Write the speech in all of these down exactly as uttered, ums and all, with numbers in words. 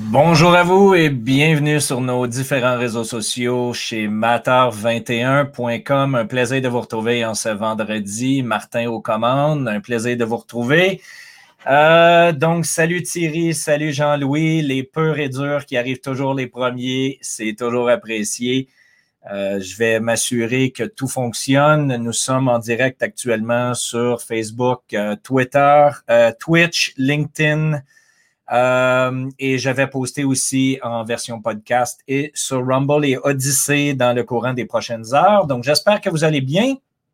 Bonjour à vous et bienvenue sur nos différents réseaux sociaux chez matter vingt et un point com. Un plaisir de vous retrouver en ce vendredi. Martin aux commandes, un plaisir de vous retrouver. Euh, donc, salut Thierry, salut Jean-Louis, les purs et durs qui arrivent toujours les premiers, c'est toujours apprécié. Euh, je vais m'assurer que tout fonctionne. Nous sommes en direct actuellement sur Facebook, euh, Twitter, euh, Twitch, LinkedIn. Euh, et j'avais posté aussi en version podcast et sur Rumble et Odyssey dans le courant des prochaines heures. Donc, j'espère que vous allez bien.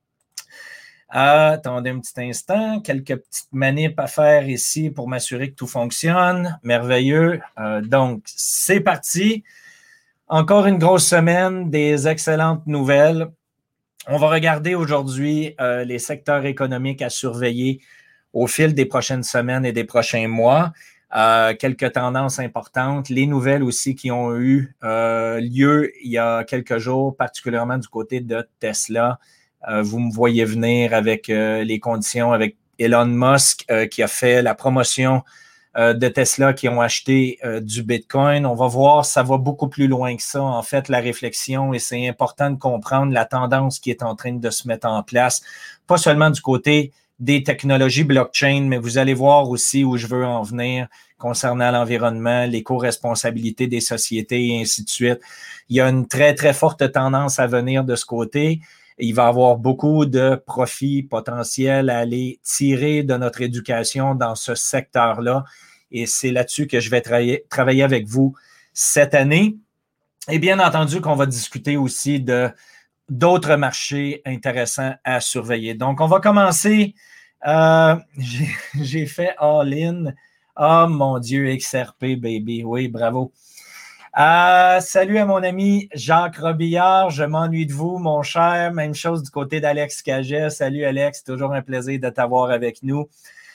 Euh, attendez un petit instant. Quelques petites manips à faire ici pour m'assurer que tout fonctionne. Merveilleux. Euh, donc, c'est parti. Encore une grosse semaine, des excellentes nouvelles. On va regarder aujourd'hui euh, les secteurs économiques à surveiller au fil des prochaines semaines et des prochains mois. Euh, quelques tendances importantes, les nouvelles aussi qui ont eu euh, lieu il y a quelques jours, particulièrement du côté de Tesla. Euh, vous me voyez venir avec euh, les conditions avec Elon Musk euh, qui a fait la promotion euh, de Tesla qui ont acheté euh, du Bitcoin. On va voir, ça va beaucoup plus loin que ça, en fait, la réflexion, et c'est important de comprendre la tendance qui est en train de se mettre en place, pas seulement du côté des technologies blockchain, mais vous allez voir aussi où je veux en venir concernant l'environnement, l'éco-responsabilité des sociétés et ainsi de suite. Il y a une très, très forte tendance à venir de ce côté. Il va y avoir beaucoup de profits potentiels à aller tirer de notre éducation dans ce secteur-là. Et c'est là-dessus que je vais travailler, travailler avec vous cette année. Et bien entendu qu'on va discuter aussi de d'autres marchés intéressants à surveiller. Donc, on va commencer. Euh, j'ai, j'ai fait all-in. Oh mon Dieu, X R P, baby. Oui, bravo. Euh, salut à mon ami Jacques Robillard. Je m'ennuie de vous, mon cher. Même chose du côté d'Alex Caget. Salut, Alex. Toujours un plaisir de t'avoir avec nous.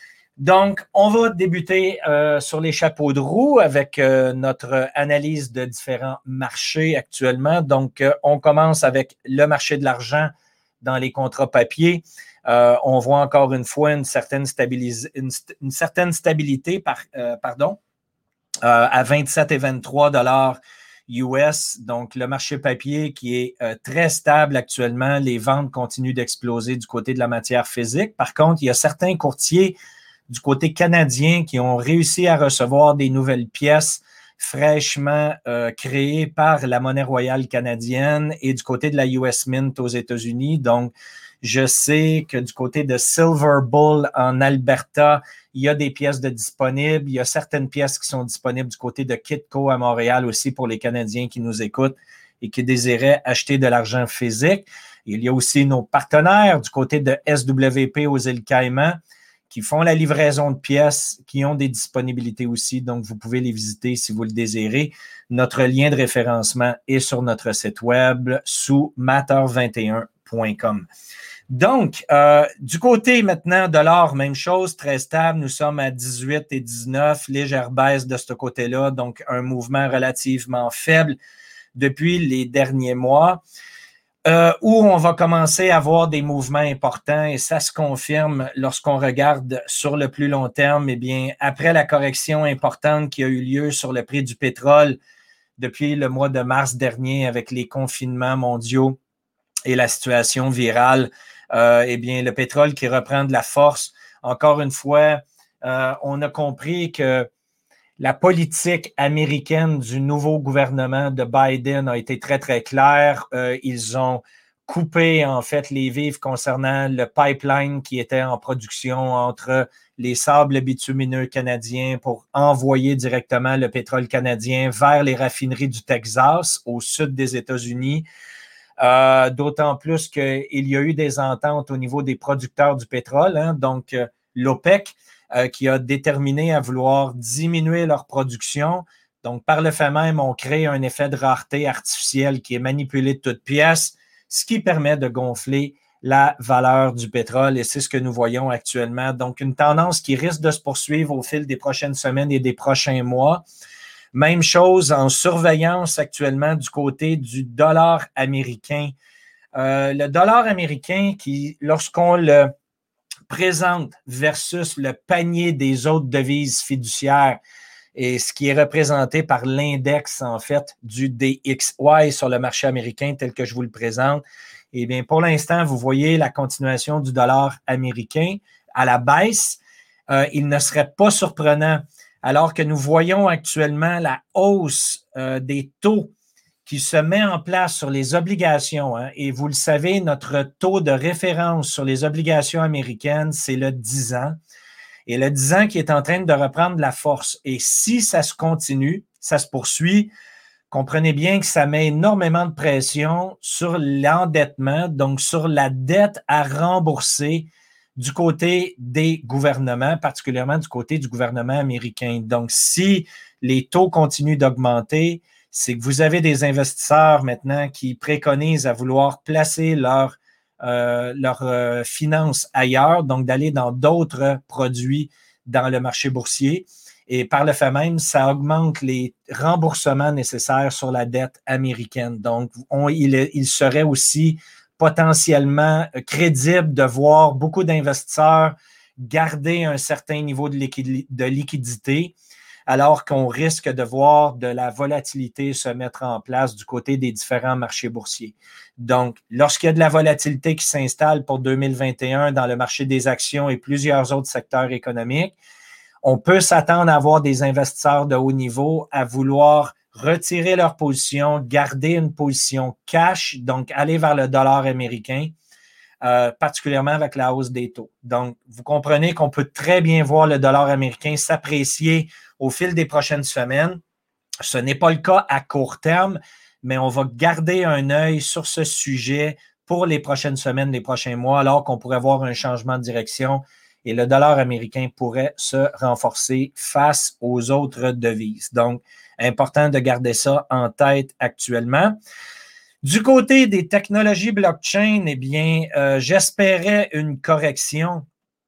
Donc, on va débuter euh, sur les chapeaux de roue avec euh, notre analyse de différents marchés actuellement. Donc, euh, on commence avec le marché de l'argent dans les contrats papier. Euh, on voit encore une fois une certaine, stabilis- une, une certaine stabilité par, euh, pardon, euh, à vingt-sept et vingt-trois dollars U S. Donc, le marché papier qui est euh, très stable actuellement. Les ventes continuent d'exploser du côté de la matière physique. Par contre, il y a certains courtiers du côté canadien qui ont réussi à recevoir des nouvelles pièces fraîchement euh, créées par la monnaie royale canadienne et du côté de la U S Mint aux États-Unis. Donc, je sais que du côté de Silver Bull en Alberta, il y a des pièces de disponibles. Il y a certaines pièces qui sont disponibles du côté de Kitco à Montréal aussi pour les Canadiens qui nous écoutent et qui désiraient acheter de l'argent physique. Il y a aussi nos partenaires du côté de S W P aux îles Caïmans qui font la livraison de pièces, qui ont des disponibilités aussi. Donc, vous pouvez les visiter si vous le désirez. Notre lien de référencement est sur notre site web sous matter vingt et un point com. Donc, euh, du côté maintenant de l'or, même chose, très stable. Nous sommes à dix-huit et dix-neuf, légère baisse de ce côté-là, donc un mouvement relativement faible depuis les derniers mois. Euh, où on va commencer à avoir des mouvements importants et ça se confirme lorsqu'on regarde sur le plus long terme. Eh bien, après la correction importante qui a eu lieu sur le prix du pétrole depuis le mois de mars dernier avec les confinements mondiaux et la situation virale, euh, eh bien, le pétrole qui reprend de la force. Encore une fois, euh, on a compris que la politique américaine du nouveau gouvernement de Biden a été très, très claire. Euh, ils ont coupé, en fait, les vivres concernant le pipeline qui était en production entre les sables bitumineux canadiens pour envoyer directement le pétrole canadien vers les raffineries du Texas, au sud des États-Unis. Euh, d'autant plus qu'il y a eu des ententes au niveau des producteurs du pétrole, hein, donc euh, l'OPEC, Euh, qui a déterminé à vouloir diminuer leur production. Donc, par le fait même, on crée un effet de rareté artificielle qui est manipulé de toutes pièces, ce qui permet de gonfler la valeur du pétrole et c'est ce que nous voyons actuellement. Donc, une tendance qui risque de se poursuivre au fil des prochaines semaines et des prochains mois. Même chose en surveillance actuellement du côté du dollar américain. Euh, le dollar américain qui, lorsqu'on le présente versus le panier des autres devises fiduciaires, et ce qui est représenté par l'index, en fait, du D X Y sur le marché américain tel que je vous le présente. Eh bien, pour l'instant, vous voyez la continuation du dollar américain à la baisse. Euh, il ne serait pas surprenant, alors que nous voyons actuellement la hausse euh, des taux qui se met en place sur les obligations. Hein, et vous le savez, notre taux de référence sur les obligations américaines, c'est le dix ans. Et le dix ans qui est en train de reprendre de la force. Et si ça se continue, ça se poursuit, comprenez bien que ça met énormément de pression sur l'endettement, donc sur la dette à rembourser du côté des gouvernements, particulièrement du côté du gouvernement américain. Donc, si les taux continuent d'augmenter, c'est que vous avez des investisseurs maintenant qui préconisent à vouloir placer leurs euh, leur, euh, finances ailleurs, donc d'aller dans d'autres produits dans le marché boursier. Et par le fait même, ça augmente les remboursements nécessaires sur la dette américaine. Donc, on, il, il serait aussi potentiellement crédible de voir beaucoup d'investisseurs garder un certain niveau de, liquid, de liquidité, alors qu'on risque de voir de la volatilité se mettre en place du côté des différents marchés boursiers. Donc, lorsqu'il y a de la volatilité qui s'installe pour deux mille vingt et un dans le marché des actions et plusieurs autres secteurs économiques, on peut s'attendre à avoir des investisseurs de haut niveau à vouloir retirer leur position, garder une position cash, donc aller vers le dollar américain, euh, particulièrement avec la hausse des taux. Donc, vous comprenez qu'on peut très bien voir le dollar américain s'apprécier au fil des prochaines semaines. Ce n'est pas le cas à court terme, mais on va garder un œil sur ce sujet pour les prochaines semaines, les prochains mois, alors qu'on pourrait voir un changement de direction et le dollar américain pourrait se renforcer face aux autres devises. Donc, important de garder ça en tête actuellement. Du côté des technologies blockchain, eh bien, euh, j'espérais une correction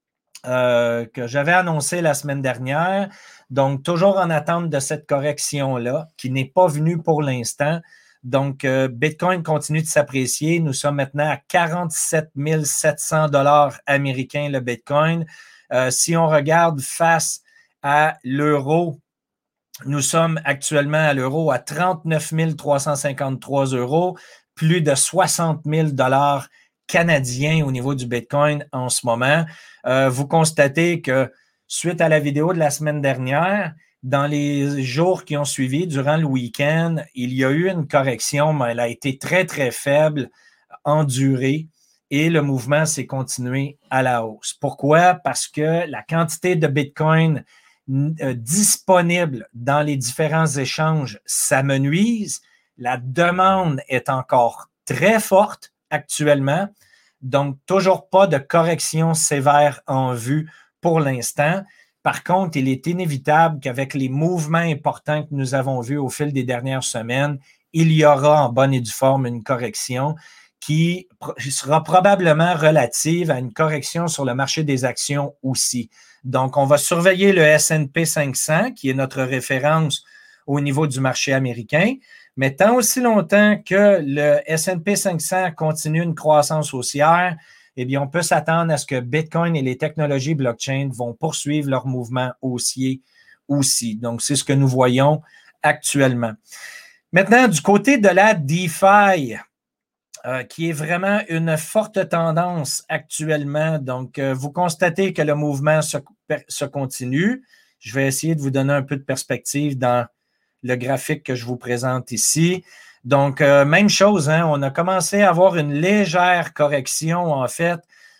euh, que j'avais annoncée la semaine dernière. Donc, toujours en attente de cette correction-là, qui n'est pas venue pour l'instant. Donc, euh, Bitcoin continue de s'apprécier. Nous sommes maintenant à quarante-sept mille sept cents dollars américains le Bitcoin. Euh, si on regarde face à l'euro, nous sommes actuellement à l'euro à trente-neuf mille trois cent cinquante-trois euros, plus de soixante mille dollars canadiens au niveau du Bitcoin en ce moment. Euh, vous constatez que suite à la vidéo de la semaine dernière, dans les jours qui ont suivi, durant le week-end, il y a eu une correction, mais elle a été très, très faible, en durée, et le mouvement s'est continué à la hausse. Pourquoi? Parce que la quantité de Bitcoin euh, disponible dans les différents échanges s'amenuise. La demande est encore très forte actuellement, donc toujours pas de correction sévère en vue pour l'instant. Par contre, il est inévitable qu'avec les mouvements importants que nous avons vus au fil des dernières semaines, il y aura en bonne et due forme une correction qui sera probablement relative à une correction sur le marché des actions aussi. Donc, on va surveiller le S and P cinq cents, qui est notre référence au niveau du marché américain, mais tant aussi longtemps que le S and P cinq cents continue une croissance haussière, eh bien, on peut s'attendre à ce que Bitcoin et les technologies blockchain vont poursuivre leur mouvement haussier aussi. Donc, c'est ce que nous voyons actuellement. Maintenant, du côté de la DeFi, euh, qui est vraiment une forte tendance actuellement. Donc, euh, vous constatez que le mouvement se, se continue. Je vais essayer de vous donner un peu de perspective dans le graphique que je vous présente ici. Donc, euh, même chose, hein, on a commencé à avoir une légère correction, en fait,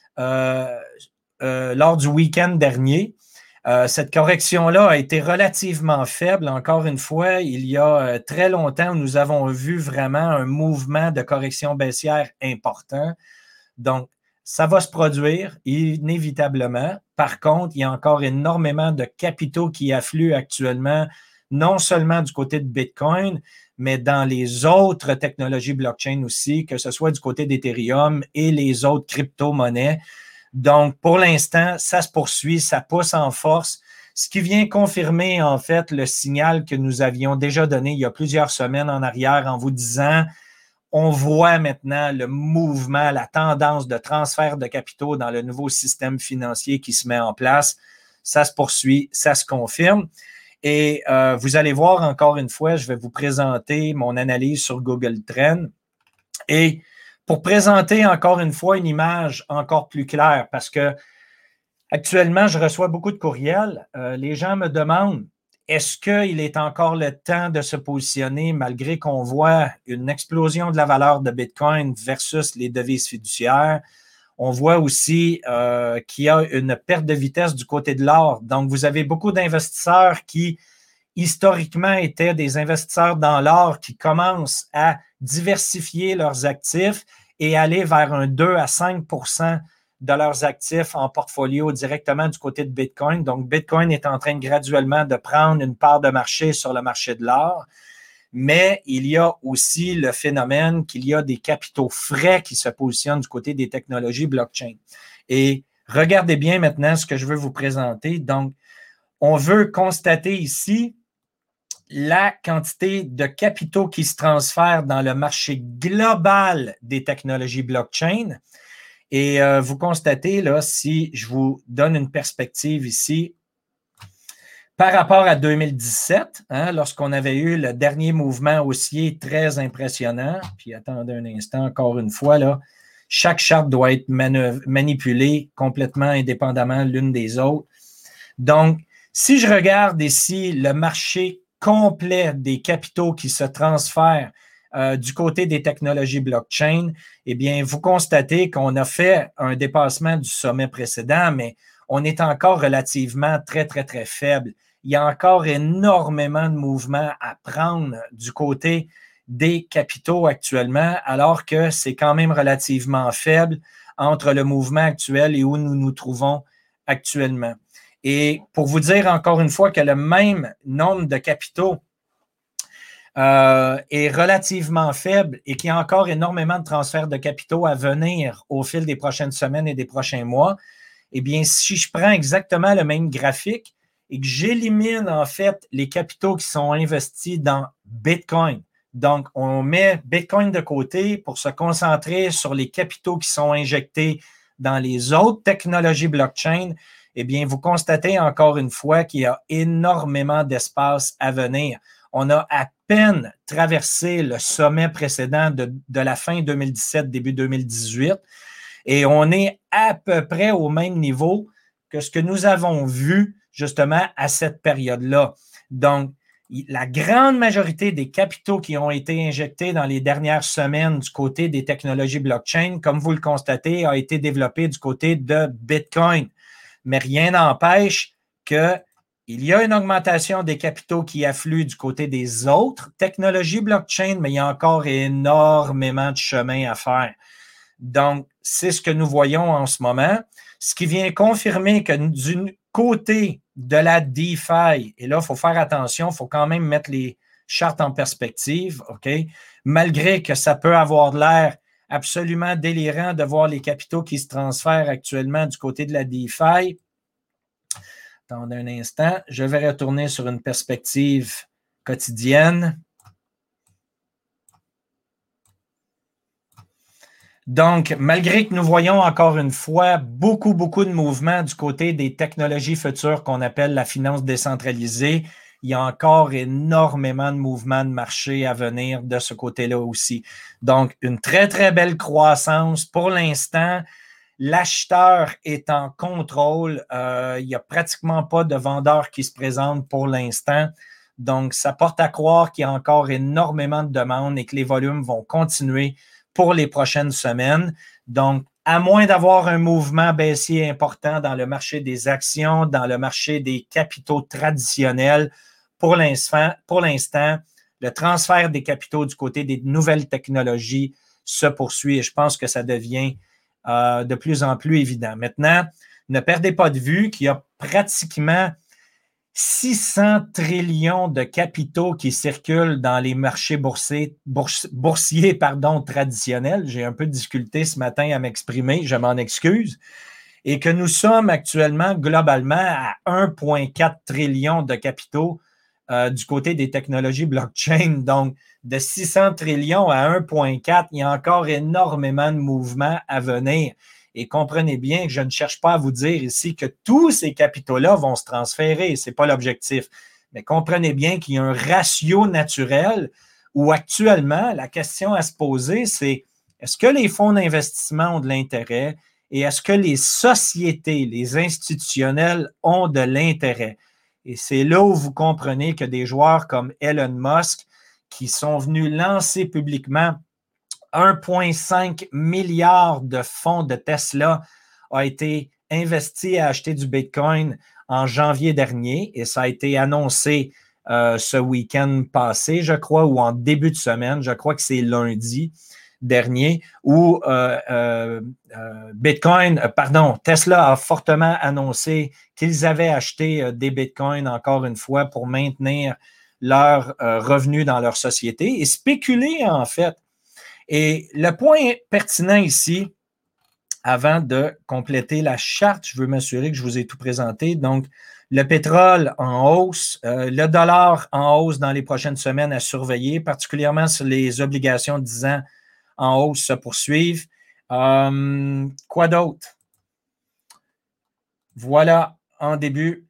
euh, euh, lors du week-end dernier. Euh, cette correction-là a été relativement faible. Encore une fois, il y a euh, très longtemps, nous avons vu vraiment un mouvement de correction baissière important. Donc, ça va se produire inévitablement. Par contre, il y a encore énormément de capitaux qui affluent actuellement, non seulement du côté de Bitcoin, mais dans les autres technologies blockchain aussi, que ce soit du côté d'Ethereum et les autres crypto-monnaies. Donc, pour l'instant, ça se poursuit, ça pousse en force, ce qui vient confirmer, en fait, le signal que nous avions déjà donné il y a plusieurs semaines en arrière en vous disant, on voit maintenant le mouvement, la tendance de transfert de capitaux dans le nouveau système financier qui se met en place. Ça se poursuit, ça se confirme. Et euh, vous allez voir encore une fois, je vais vous présenter mon analyse sur Google Trends. Et pour présenter encore une fois une image encore plus claire, parce que actuellement, je reçois beaucoup de courriels. Euh, les gens me demandent, est-ce qu'il est encore le temps de se positionner malgré qu'on voit une explosion de la valeur de Bitcoin versus les devises fiduciaires? On voit aussi euh, qu'il y a une perte de vitesse du côté de l'or. Donc, vous avez beaucoup d'investisseurs qui, historiquement, étaient des investisseurs dans l'or qui commencent à diversifier leurs actifs et aller vers un deux à cinq pour cent de leurs actifs en portfolio directement du côté de Bitcoin. Donc, Bitcoin est en train graduellement de prendre une part de marché sur le marché de l'or. Mais il y a aussi le phénomène qu'il y a des capitaux frais qui se positionnent du côté des technologies blockchain. Et regardez bien maintenant ce que je veux vous présenter. Donc, on veut constater ici la quantité de capitaux qui se transfèrent dans le marché global des technologies blockchain. Et euh, vous constatez, là, si je vous donne une perspective ici, par rapport à deux mille dix-sept, hein, lorsqu'on avait eu le dernier mouvement haussier très impressionnant, puis attendez un instant, encore une fois, là, chaque charte doit être manipulée complètement indépendamment l'une des autres. Donc, si je regarde ici le marché complet des capitaux qui se transfèrent euh, du côté des technologies blockchain, eh bien, vous constatez qu'on a fait un dépassement du sommet précédent, mais on est encore relativement très, très, très faible. Il y a encore énormément de mouvements à prendre du côté des capitaux actuellement, alors que c'est quand même relativement faible entre le mouvement actuel et où nous nous trouvons actuellement. Et pour vous dire encore une fois que le même nombre de capitaux euh, est relativement faible et qu'il y a encore énormément de transferts de capitaux à venir au fil des prochaines semaines et des prochains mois, eh bien, si je prends exactement le même graphique et que j'élimine en fait les capitaux qui sont investis dans Bitcoin, donc on met Bitcoin de côté pour se concentrer sur les capitaux qui sont injectés dans les autres technologies blockchain, eh bien, vous constatez encore une fois qu'il y a énormément d'espace à venir. On a à peine traversé le sommet précédent de, de la fin deux mille dix-sept, début deux mille dix-huit, et on est à peu près au même niveau que ce que nous avons vu justement à cette période-là. Donc, la grande majorité des capitaux qui ont été injectés dans les dernières semaines du côté des technologies blockchain, comme vous le constatez, a été développé du côté de Bitcoin. Mais rien n'empêche qu'il y a une augmentation des capitaux qui affluent du côté des autres technologies blockchain, mais il y a encore énormément de chemin à faire. Donc, c'est ce que nous voyons en ce moment, ce qui vient confirmer que du côté de la DeFi, et là, il faut faire attention, il faut quand même mettre les chartes en perspective, OK? Malgré que ça peut avoir l'air absolument délirant de voir les capitaux qui se transfèrent actuellement du côté de la DeFi. Attendez un instant, je vais retourner sur une perspective quotidienne. Donc, malgré que nous voyons encore une fois beaucoup, beaucoup de mouvements du côté des technologies futures qu'on appelle la finance décentralisée, il y a encore énormément de mouvements de marché à venir de ce côté-là aussi. Donc, une très, très belle croissance. Pour l'instant, l'acheteur est en contrôle. Euh, il n'y a pratiquement pas de vendeurs qui se présentent pour l'instant. Donc, ça porte à croire qu'il y a encore énormément de demandes et que les volumes vont continuer pour les prochaines semaines. Donc, à moins d'avoir un mouvement baissier important dans le marché des actions, dans le marché des capitaux traditionnels, pour l'instant, pour l'instant, le transfert des capitaux du côté des nouvelles technologies se poursuit et je pense que ça devient euh, de plus en plus évident. Maintenant, ne perdez pas de vue qu'il y a pratiquement six cents trillions de capitaux qui circulent dans les marchés boursiers, bourse, boursiers pardon, traditionnels. J'ai un peu de difficulté ce matin à m'exprimer, je m'en excuse. Et que nous sommes actuellement globalement à un virgule quatre trillion de capitaux euh, du côté des technologies blockchain. Donc, de six cents trillions à un virgule quatre, il y a encore énormément de mouvements à venir. Et comprenez bien que je ne cherche pas à vous dire ici que tous ces capitaux-là vont se transférer. Ce n'est pas l'objectif. Mais comprenez bien qu'il y a un ratio naturel où actuellement, la question à se poser, c'est est-ce que les fonds d'investissement ont de l'intérêt et est-ce que les sociétés, les institutionnels ont de l'intérêt? Et c'est là où vous comprenez que des joueurs comme Elon Musk, qui sont venus lancer publiquement un virgule cinq milliard de fonds de Tesla, a été investi à acheter du Bitcoin en janvier dernier et ça a été annoncé euh, ce week-end passé, je crois, ou en début de semaine, je crois que c'est lundi dernier, où euh, euh, euh, Bitcoin, euh, pardon, Tesla a fortement annoncé qu'ils avaient acheté euh, des Bitcoins, encore une fois, pour maintenir leurs euh, revenus dans leur société et spéculer, en fait. Et le point pertinent ici, avant de compléter la charte, je veux m'assurer que je vous ai tout présenté. Donc, le pétrole en hausse, euh, le dollar en hausse dans les prochaines semaines à surveiller, particulièrement sur les obligations de dix ans en hausse se poursuivent. Euh, quoi d'autre? Voilà, en début.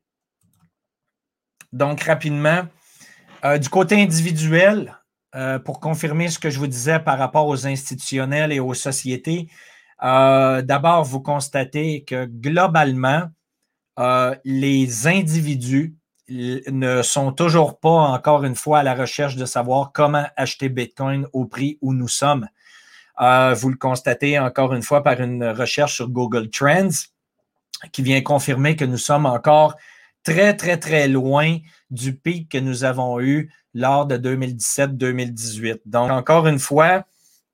Donc, rapidement, euh, du côté individuel, euh, pour confirmer ce que je vous disais par rapport aux institutionnels et aux sociétés, euh, d'abord, vous constatez que globalement, euh, les individus ne sont toujours pas, encore une fois, à la recherche de savoir comment acheter Bitcoin au prix où nous sommes. Euh, vous le constatez encore une fois par une recherche sur Google Trends qui vient confirmer que nous sommes encore très, très, très loin du pic que nous avons eu lors de deux mille dix-sept deux mille dix-huit. Donc, encore une fois,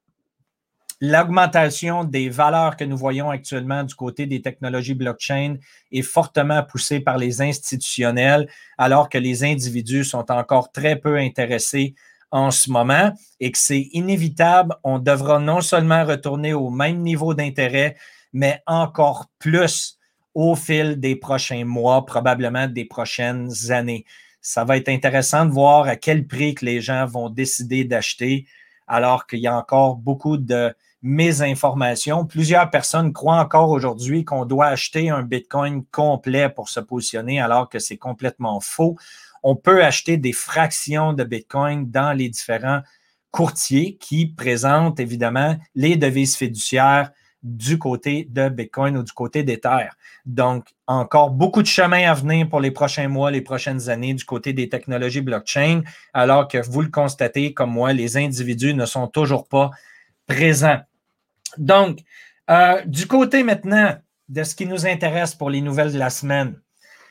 l'augmentation des valeurs que nous voyons actuellement du côté des technologies blockchain est fortement poussée par les institutionnels, alors que les individus sont encore très peu intéressés en ce moment et que c'est inévitable. On devra non seulement retourner au même niveau d'intérêt, mais encore plus au fil des prochains mois, probablement des prochaines années. Ça va être intéressant de voir à quel prix que les gens vont décider d'acheter, alors qu'il y a encore beaucoup de mésinformations. Plusieurs personnes croient encore aujourd'hui qu'on doit acheter un Bitcoin complet pour se positionner, alors que c'est complètement faux. On peut acheter des fractions de Bitcoin dans les différents courtiers qui présentent évidemment les devises fiduciaires du côté de Bitcoin ou du côté d'Ether. Donc, encore beaucoup de chemin à venir pour les prochains mois, les prochaines années du côté des technologies blockchain, alors que vous le constatez comme moi, les individus ne sont toujours pas présents. Donc, euh, du côté maintenant de ce qui nous intéresse pour les nouvelles de la semaine,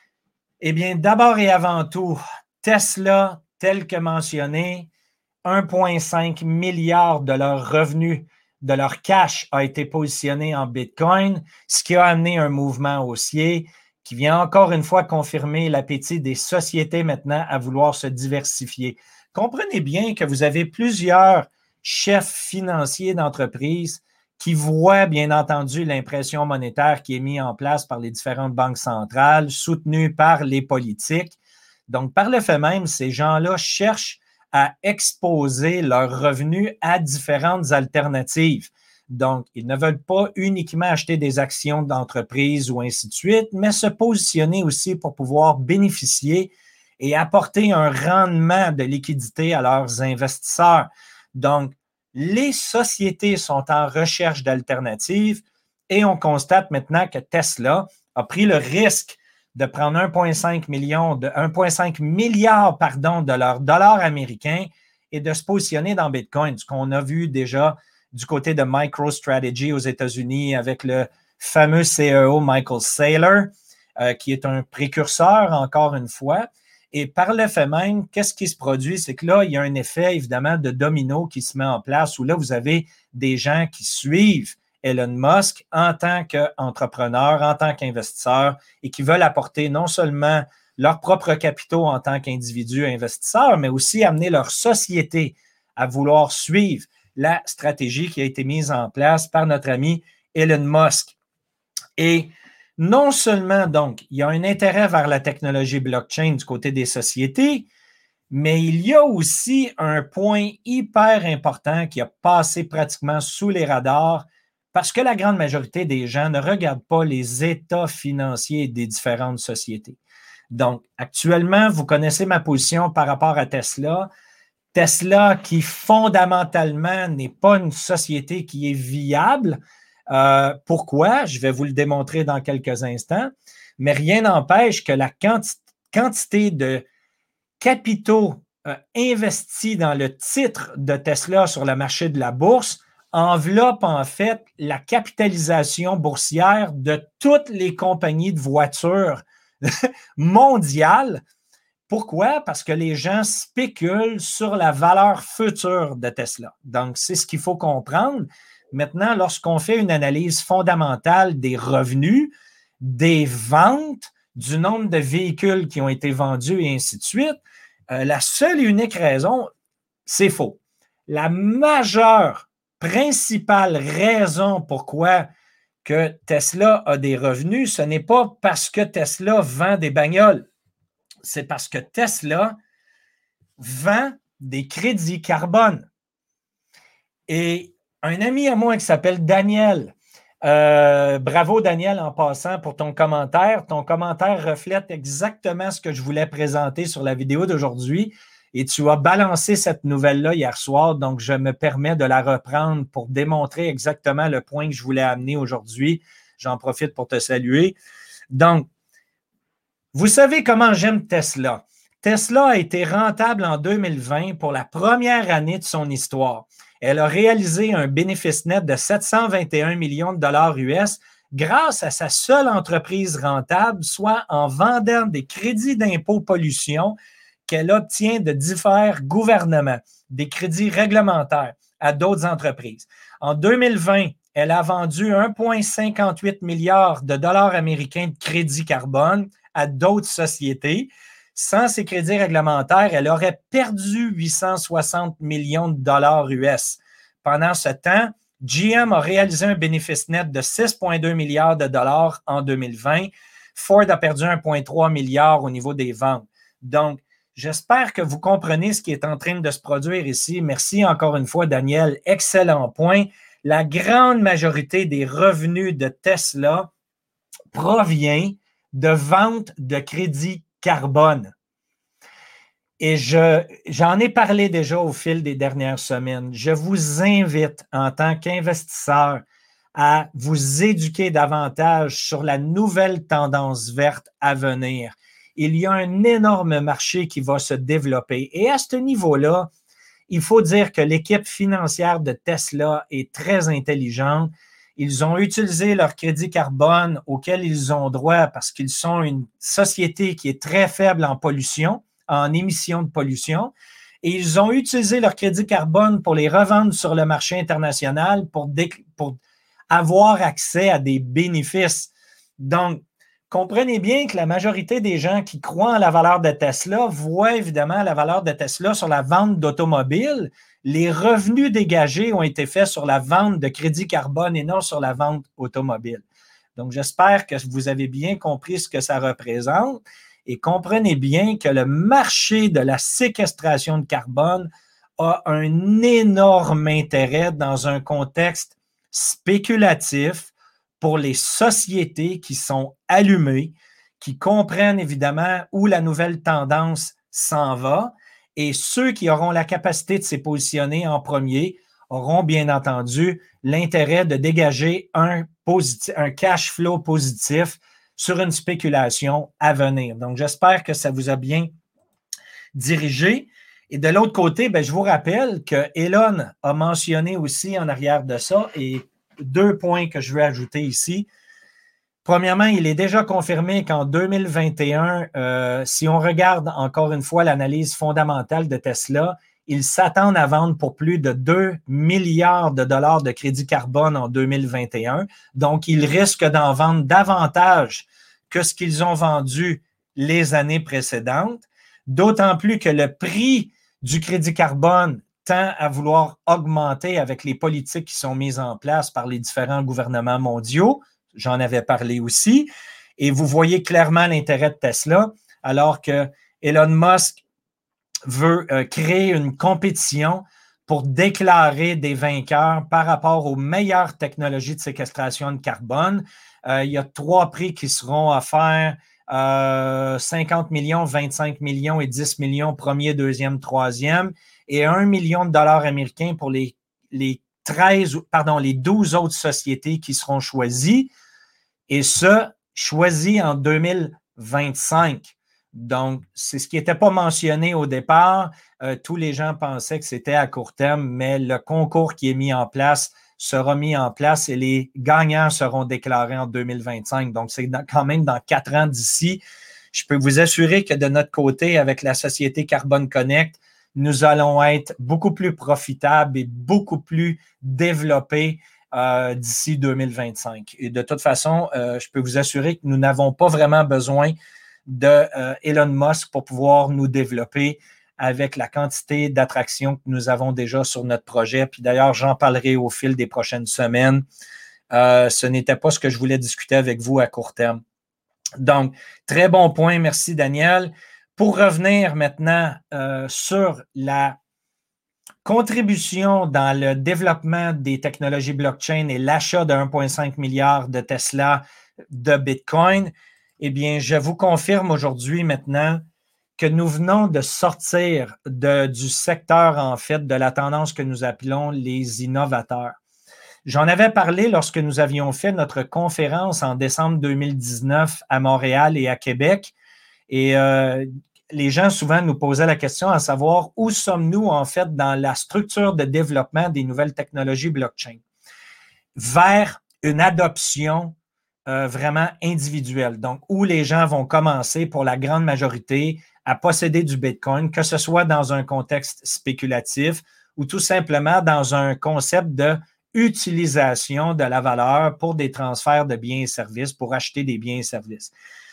eh bien, d'abord et avant tout, Tesla, tel que mentionné, un virgule cinq milliard de leurs revenus, de leur cash a été positionné en Bitcoin, ce qui a amené un mouvement haussier qui vient encore une fois confirmer l'appétit des sociétés maintenant à vouloir se diversifier. Comprenez bien que vous avez plusieurs chefs financiers d'entreprise qui voient bien entendu l'impression monétaire qui est mise en place par les différentes banques centrales, soutenue par les politiques. Donc, par le fait même, ces gens-là cherchent à exposer leurs revenus à différentes alternatives. Donc, ils ne veulent pas uniquement acheter des actions d'entreprise ou ainsi de suite, mais se positionner aussi pour pouvoir bénéficier et apporter un rendement de liquidité à leurs investisseurs. Donc, les sociétés sont en recherche d'alternatives et on constate maintenant que Tesla a pris le risque de prendre un virgule cinq million de un virgule cinq milliard pardon, de leurs dollars américains et de se positionner dans Bitcoin, ce qu'on a vu déjà du côté de MicroStrategy aux États-Unis avec le fameux C E O Michael Saylor, euh, qui est un précurseur, encore une fois. Et par le fait même, qu'est-ce qui se produit? C'est que là, il y a un effet, évidemment, de domino qui se met en place, où là, vous avez des gens qui suivent Elon Musk en tant qu'entrepreneur, en tant qu'investisseur, et qui veulent apporter non seulement leurs propres capitaux en tant qu'individus investisseurs, mais aussi amener leur société à vouloir suivre la stratégie qui a été mise en place par notre ami Elon Musk. Et non seulement, donc, il y a un intérêt vers la technologie blockchain du côté des sociétés, mais il y a aussi un point hyper important qui a passé pratiquement sous les radars parce que la grande majorité des gens ne regardent pas les états financiers des différentes sociétés. Donc, actuellement, vous connaissez ma position par rapport à Tesla. Tesla, qui fondamentalement n'est pas une société qui est viable. Euh, pourquoi? Je vais vous le démontrer dans quelques instants. Mais rien n'empêche que la quanti- quantité de capitaux euh, investis dans le titre de Tesla sur le marché de la bourse enveloppe en fait la capitalisation boursière de toutes les compagnies de voitures mondiales. Pourquoi? Parce que les gens spéculent sur la valeur future de Tesla. Donc, c'est ce qu'il faut comprendre. Maintenant, lorsqu'on fait une analyse fondamentale des revenus, des ventes, du nombre de véhicules qui ont été vendus et ainsi de suite, euh, la seule et unique raison, c'est faux. La majeure, principale raison pourquoi que Tesla a des revenus, ce n'est pas parce que Tesla vend des bagnoles. C'est parce que Tesla vend des crédits carbone. Et un ami à moi qui s'appelle Daniel, euh, bravo Daniel en passant pour ton commentaire. Ton commentaire reflète exactement ce que je voulais présenter sur la vidéo d'aujourd'hui. Et tu as balancé cette nouvelle-là hier soir, donc je me permets de la reprendre pour démontrer exactement le point que je voulais amener aujourd'hui. J'en profite pour te saluer. Donc, vous savez comment j'aime Tesla. Tesla a été rentable en deux mille vingt pour la première année de son histoire. Elle a réalisé un bénéfice net de sept cent vingt et un millions de dollars U S grâce à sa seule entreprise rentable, soit en vendant des crédits d'impôt pollution qu'elle obtient de divers gouvernements, des crédits réglementaires à d'autres entreprises. En deux mille vingt, elle a vendu un virgule cinquante-huit milliard de dollars américains de crédits carbone à d'autres sociétés. Sans ces crédits réglementaires, elle aurait perdu huit cent soixante millions de dollars U S. Pendant ce temps, G M a réalisé un bénéfice net de six virgule deux milliards de dollars en deux mille vingt. Ford a perdu un virgule trois milliard au niveau des ventes. Donc, j'espère que vous comprenez ce qui est en train de se produire ici. Merci encore une fois, Daniel. Excellent point. La grande majorité des revenus de Tesla provient de vente de crédits carbone. Et je, j'en ai parlé déjà au fil des dernières semaines. Je vous invite en tant qu'investisseur à vous éduquer davantage sur la nouvelle tendance verte à venir. Il y a un énorme marché qui va se développer. Et à ce niveau-là, il faut dire que l'équipe financière de Tesla est très intelligente. Ils ont utilisé leur crédit carbone auquel ils ont droit parce qu'ils sont une société qui est très faible en pollution, en émissions de pollution. Et ils ont utilisé leur crédit carbone pour les revendre sur le marché international pour, dé- pour avoir accès à des bénéfices. Donc, comprenez bien que la majorité des gens qui croient en la valeur de Tesla voient évidemment la valeur de Tesla sur la vente d'automobiles. Les revenus dégagés ont été faits sur la vente de crédit carbone et non sur la vente automobile. Donc, j'espère que vous avez bien compris ce que ça représente et comprenez bien que le marché de la séquestration de carbone a un énorme intérêt dans un contexte spéculatif pour les sociétés qui sont allumées, qui comprennent évidemment où la nouvelle tendance s'en va. Et ceux qui auront la capacité de s'y positionner en premier auront bien entendu l'intérêt de dégager un, positif, un cash flow positif sur une spéculation à venir. Donc, j'espère que ça vous a bien dirigé. Et de l'autre côté, bien, je vous rappelle que Elon a mentionné aussi en arrière de ça, et deux points que je veux ajouter ici. Premièrement, il est déjà confirmé qu'en deux mille vingt et un, euh, si on regarde encore une fois l'analyse fondamentale de Tesla, ils s'attendent à vendre pour plus de deux milliards de dollars de crédit carbone en deux mille vingt et un. Donc, ils risquent d'en vendre davantage que ce qu'ils ont vendu les années précédentes, d'autant plus que le prix du crédit carbone tend à vouloir augmenter avec les politiques qui sont mises en place par les différents gouvernements mondiaux. J'en avais parlé aussi. Et vous voyez clairement l'intérêt de Tesla, alors que Elon Musk veut euh, créer une compétition pour déclarer des vainqueurs par rapport aux meilleures technologies de séquestration de carbone. Euh, il y a trois prix qui seront offerts euh, cinquante millions, vingt-cinq millions et dix millions, premier, deuxième, troisième, et un million de dollars américains pour les, les treize, pardon, les douze autres sociétés qui seront choisies, et ça, choisi en deux mille vingt-cinq. Donc, c'est ce qui n'était pas mentionné au départ. Euh, tous les gens pensaient que c'était à court terme, mais le concours qui est mis en place sera mis en place et les gagnants seront déclarés en deux mille vingt-cinq. Donc, c'est dans, quand même dans quatre ans d'ici. Je peux vous assurer que de notre côté, avec la société Carbone Connect, nous allons être beaucoup plus profitables et beaucoup plus développés euh, d'ici deux mille vingt-cinq. Et de toute façon, euh, je peux vous assurer que nous n'avons pas vraiment besoin de euh, Elon Musk pour pouvoir nous développer avec la quantité d'attractions que nous avons déjà sur notre projet. Puis d'ailleurs, j'en parlerai au fil des prochaines semaines. Euh, ce n'était pas ce que je voulais discuter avec vous à court terme. Donc, très bon point. Merci, Daniel. Pour revenir maintenant euh, sur la contribution dans le développement des technologies blockchain et l'achat de un virgule cinq milliard de Tesla de Bitcoin, eh bien, je vous confirme aujourd'hui maintenant que nous venons de sortir de, du secteur, en fait, de la tendance que nous appelons les innovateurs. J'en avais parlé lorsque nous avions fait notre conférence en décembre deux mille dix-neuf à Montréal et à Québec. Et euh, les gens souvent nous posaient la question à savoir où sommes-nous, en fait, dans la structure de développement des nouvelles technologies blockchain vers une adoption Euh, vraiment individuel. Donc, où les gens vont commencer pour la grande majorité à posséder du Bitcoin, que ce soit dans un contexte spéculatif ou tout simplement dans un concept de utilisation de la valeur pour des transferts de biens et services, pour acheter des biens et services.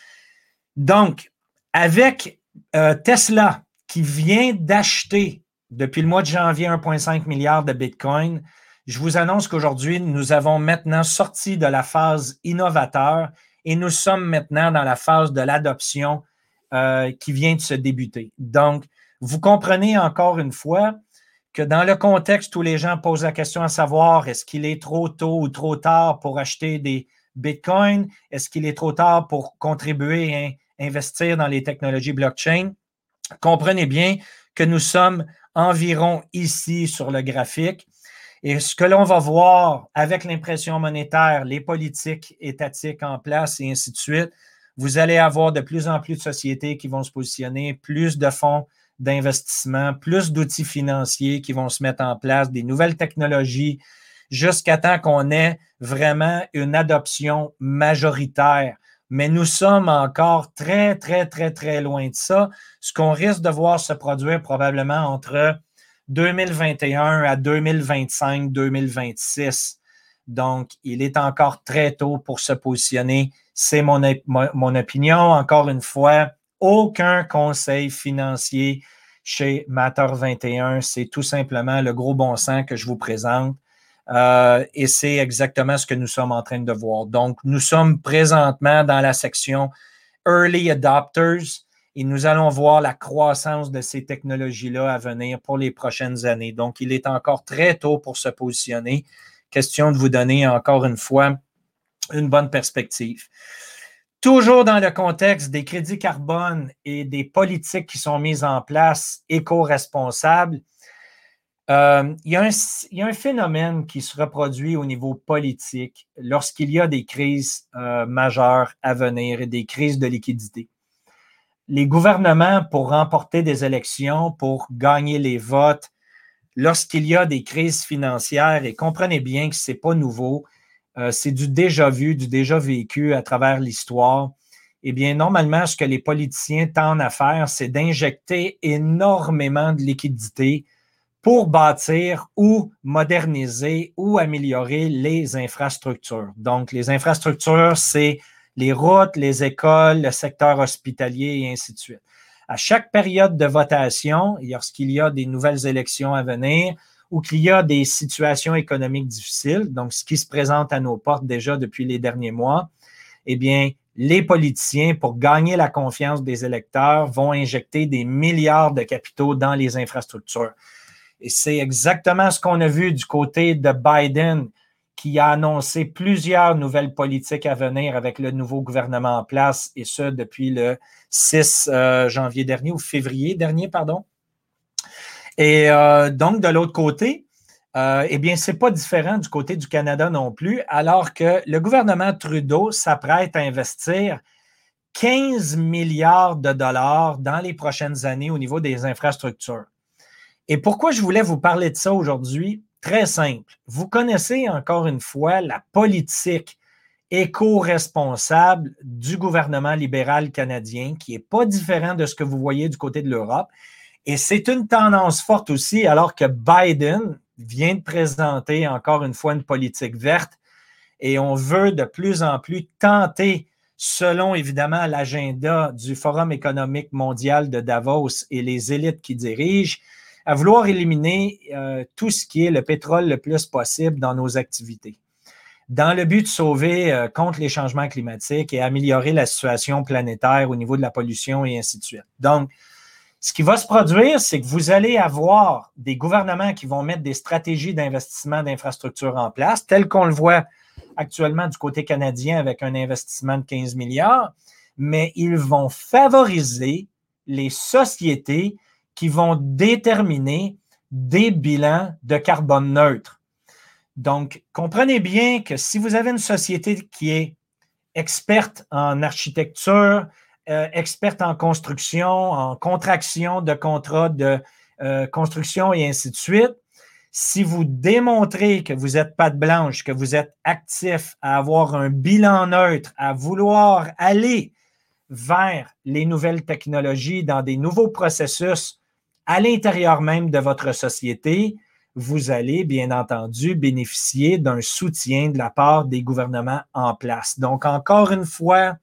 Donc, avec euh, Tesla qui vient d'acheter depuis le mois de janvier un virgule cinq milliard de Bitcoin, je vous annonce qu'aujourd'hui, nous avons maintenant sorti de la phase innovateur et nous sommes maintenant dans la phase de l'adoption euh, qui vient de se débuter. Donc, vous comprenez encore une fois que dans le contexte où les gens posent la question à savoir est-ce qu'il est trop tôt ou trop tard pour acheter des Bitcoins, est-ce qu'il est trop tard pour contribuer et investir dans les technologies blockchain, comprenez bien que nous sommes environ ici sur le graphique. Et ce que l'on va voir avec l'impression monétaire, les politiques étatiques en place et ainsi de suite, vous allez avoir de plus en plus de sociétés qui vont se positionner, plus de fonds d'investissement, plus d'outils financiers qui vont se mettre en place, des nouvelles technologies, jusqu'à temps qu'on ait vraiment une adoption majoritaire. Mais nous sommes encore très, très, très, très loin de ça. Ce qu'on risque de voir se produire probablement entre deux mille vingt et un à deux mille vingt-cinq, deux mille vingt-six. Donc, il est encore très tôt pour se positionner. C'est mon, mon opinion. Encore une fois, aucun conseil financier chez Matter vingt et un. C'est tout simplement le gros bon sens que je vous présente. Euh, et c'est exactement ce que nous sommes en train de voir. Donc, nous sommes présentement dans la section Early Adopters. Et nous allons voir la croissance de ces technologies-là à venir pour les prochaines années. Donc, il est encore très tôt pour se positionner. Question de vous donner encore une fois une bonne perspective. Toujours dans le contexte des crédits carbone et des politiques qui sont mises en place éco-responsables, euh, il y a un, il y a un phénomène qui se reproduit au niveau politique lorsqu'il y a des crises euh, majeures à venir et des crises de liquidité. Les gouvernements, pour remporter des élections, pour gagner les votes, lorsqu'il y a des crises financières, et comprenez bien que ce n'est pas nouveau, euh, c'est du déjà vu, du déjà vécu à travers l'histoire, eh bien, normalement, ce que les politiciens tendent à faire, c'est d'injecter énormément de liquidités pour bâtir ou moderniser ou améliorer les infrastructures. Donc, les infrastructures, c'est les routes, les écoles, le secteur hospitalier et ainsi de suite. À chaque période de votation, lorsqu'il y a des nouvelles élections à venir ou qu'il y a des situations économiques difficiles, donc ce qui se présente à nos portes déjà depuis les derniers mois, eh bien, les politiciens, pour gagner la confiance des électeurs, vont injecter des milliards de capitaux dans les infrastructures. Et c'est exactement ce qu'on a vu du côté de Biden, qui a annoncé plusieurs nouvelles politiques à venir avec le nouveau gouvernement en place, et ce, depuis le six janvier dernier, ou février dernier, pardon. Et euh, donc, de l'autre côté, euh, eh bien, ce n'est pas différent du côté du Canada non plus, alors que le gouvernement Trudeau s'apprête à investir quinze milliards de dollars dans les prochaines années au niveau des infrastructures. Et pourquoi je voulais vous parler de ça aujourd'hui? Très simple. Vous connaissez encore une fois la politique éco-responsable du gouvernement libéral canadien, qui n'est pas différent de ce que vous voyez du côté de l'Europe. Et c'est une tendance forte aussi, alors que Biden vient de présenter encore une fois une politique verte, et on veut de plus en plus tenter, selon évidemment l'agenda du Forum économique mondial de Davos et les élites qui dirigent, à vouloir éliminer euh, tout ce qui est le pétrole le plus possible dans nos activités, dans le but de sauver euh, contre les changements climatiques et améliorer la situation planétaire au niveau de la pollution et ainsi de suite. Donc, ce qui va se produire, c'est que vous allez avoir des gouvernements qui vont mettre des stratégies d'investissement d'infrastructures en place, telles qu'on le voit actuellement du côté canadien avec un investissement de quinze milliards, mais ils vont favoriser les sociétés qui vont déterminer des bilans de carbone neutre. Donc, comprenez bien que si vous avez une société qui est experte en architecture, euh, experte en construction, en contraction de contrats de euh, construction et ainsi de suite, si vous démontrez que vous êtes patte blanche, que vous êtes actif à avoir un bilan neutre, à vouloir aller vers les nouvelles technologies dans des nouveaux processus à l'intérieur même de votre société, vous allez bien entendu bénéficier d'un soutien de la part des gouvernements en place. Donc, encore une fois,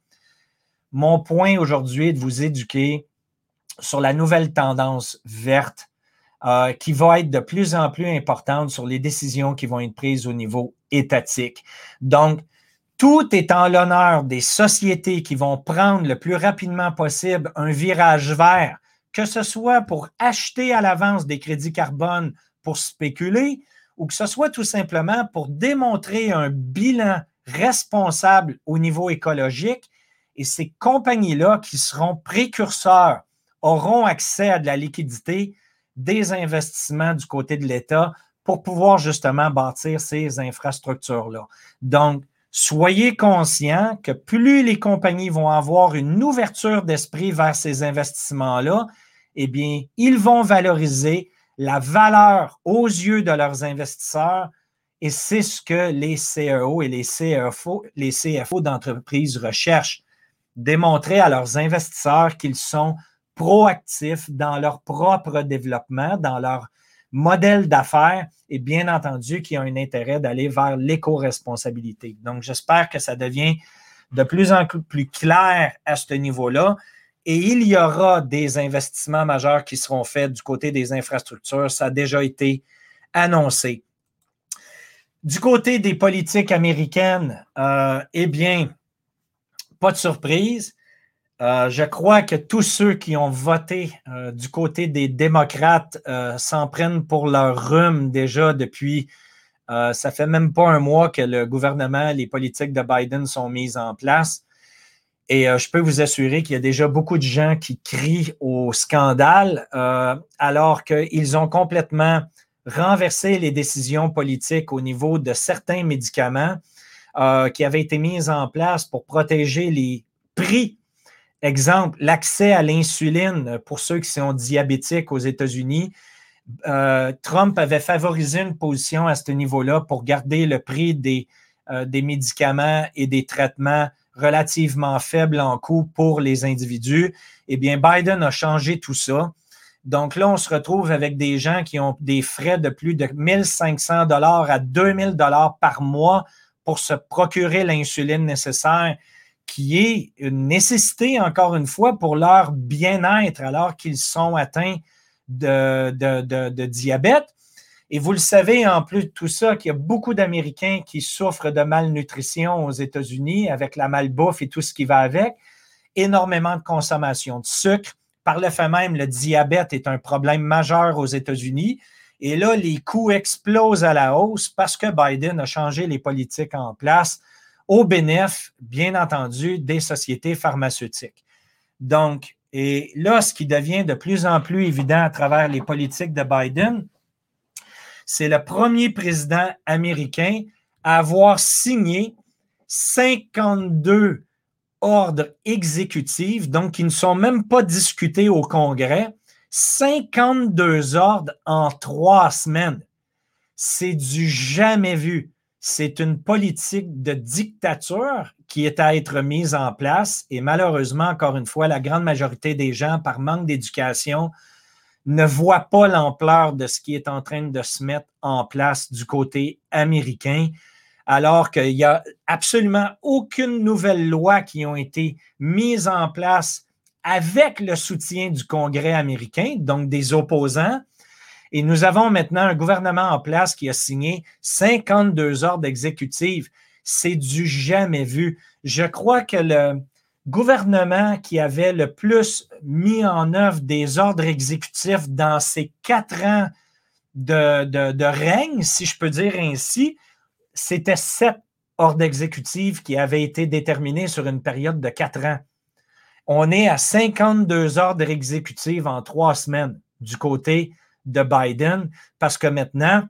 mon point aujourd'hui est de vous éduquer sur la nouvelle tendance verte euh, qui va être de plus en plus importante sur les décisions qui vont être prises au niveau étatique. Donc, tout est en l'honneur des sociétés qui vont prendre le plus rapidement possible un virage vert, que ce soit pour acheter à l'avance des crédits carbone pour spéculer, ou que ce soit tout simplement pour démontrer un bilan responsable au niveau écologique. Et ces compagnies-là qui seront précurseurs auront accès à de la liquidité, des investissements du côté de l'État pour pouvoir justement bâtir ces infrastructures-là. Donc, soyez conscients que plus les compagnies vont avoir une ouverture d'esprit vers ces investissements-là, eh bien, ils vont valoriser la valeur aux yeux de leurs investisseurs, et c'est ce que les C E O et les C F O, les C F O d'entreprises recherchent, démontrer à leurs investisseurs qu'ils sont proactifs dans leur propre développement, dans leur modèle d'affaires, et bien entendu qu'il y a un intérêt d'aller vers l'éco-responsabilité. Donc, j'espère que ça devient de plus en plus clair à ce niveau-là. Et il y aura des investissements majeurs qui seront faits du côté des infrastructures. Ça a déjà été annoncé. Du côté des politiques américaines, euh, eh bien, pas de surprise. Euh, je crois que tous ceux qui ont voté euh, du côté des démocrates euh, s'en prennent pour leur rhume déjà depuis, euh, ça fait même pas un mois que le gouvernement, les politiques de Biden sont mises en place. Et euh, je peux vous assurer qu'il y a déjà beaucoup de gens qui crient au scandale euh, alors qu'ils ont complètement renversé les décisions politiques au niveau de certains médicaments euh, qui avaient été mis en place pour protéger les prix. Exemple, l'accès à l'insuline pour ceux qui sont diabétiques aux États-Unis. Euh, Trump avait favorisé une position à ce niveau-là pour garder le prix des, euh, des médicaments et des traitements relativement faible en coût pour les individus. Eh bien, Biden a changé tout ça. Donc là, on se retrouve avec des gens qui ont des frais de plus de mille cinq cents dollars à deux mille dollars par mois pour se procurer l'insuline nécessaire, qui est une nécessité, encore une fois, pour leur bien-être alors qu'ils sont atteints de, de, de, de diabète. Et vous le savez, en plus de tout ça, qu'il y a beaucoup d'Américains qui souffrent de malnutrition aux États-Unis avec la malbouffe et tout ce qui va avec. Énormément de consommation de sucre. Par le fait même, le diabète est un problème majeur aux États-Unis. Et là, les coûts explosent à la hausse parce que Biden a changé les politiques en place au bénéfice, bien entendu, des sociétés pharmaceutiques. Donc, et là, ce qui devient de plus en plus évident à travers les politiques de Biden, c'est le premier président américain à avoir signé cinquante-deux ordres exécutifs, donc qui ne sont même pas discutés au Congrès, cinquante-deux ordres en trois semaines. C'est du jamais vu. C'est une politique de dictature qui est à être mise en place et malheureusement, encore une fois, la grande majorité des gens, par manque d'éducation, ne voient pas l'ampleur de ce qui est en train de se mettre en place du côté américain, alors qu'il n'y a absolument aucune nouvelle loi qui a été mise en place avec le soutien du Congrès américain, donc des opposants. Et nous avons maintenant un gouvernement en place qui a signé cinquante-deux ordres exécutifs. C'est du jamais vu. Je crois que le gouvernement qui avait le plus mis en œuvre des ordres exécutifs dans ces quatre ans de, de, de règne, si je peux dire ainsi, c'était sept ordres exécutifs qui avaient été déterminés sur une période de quatre ans. On est à cinquante-deux ordres exécutifs en trois semaines du côté de Biden parce que maintenant,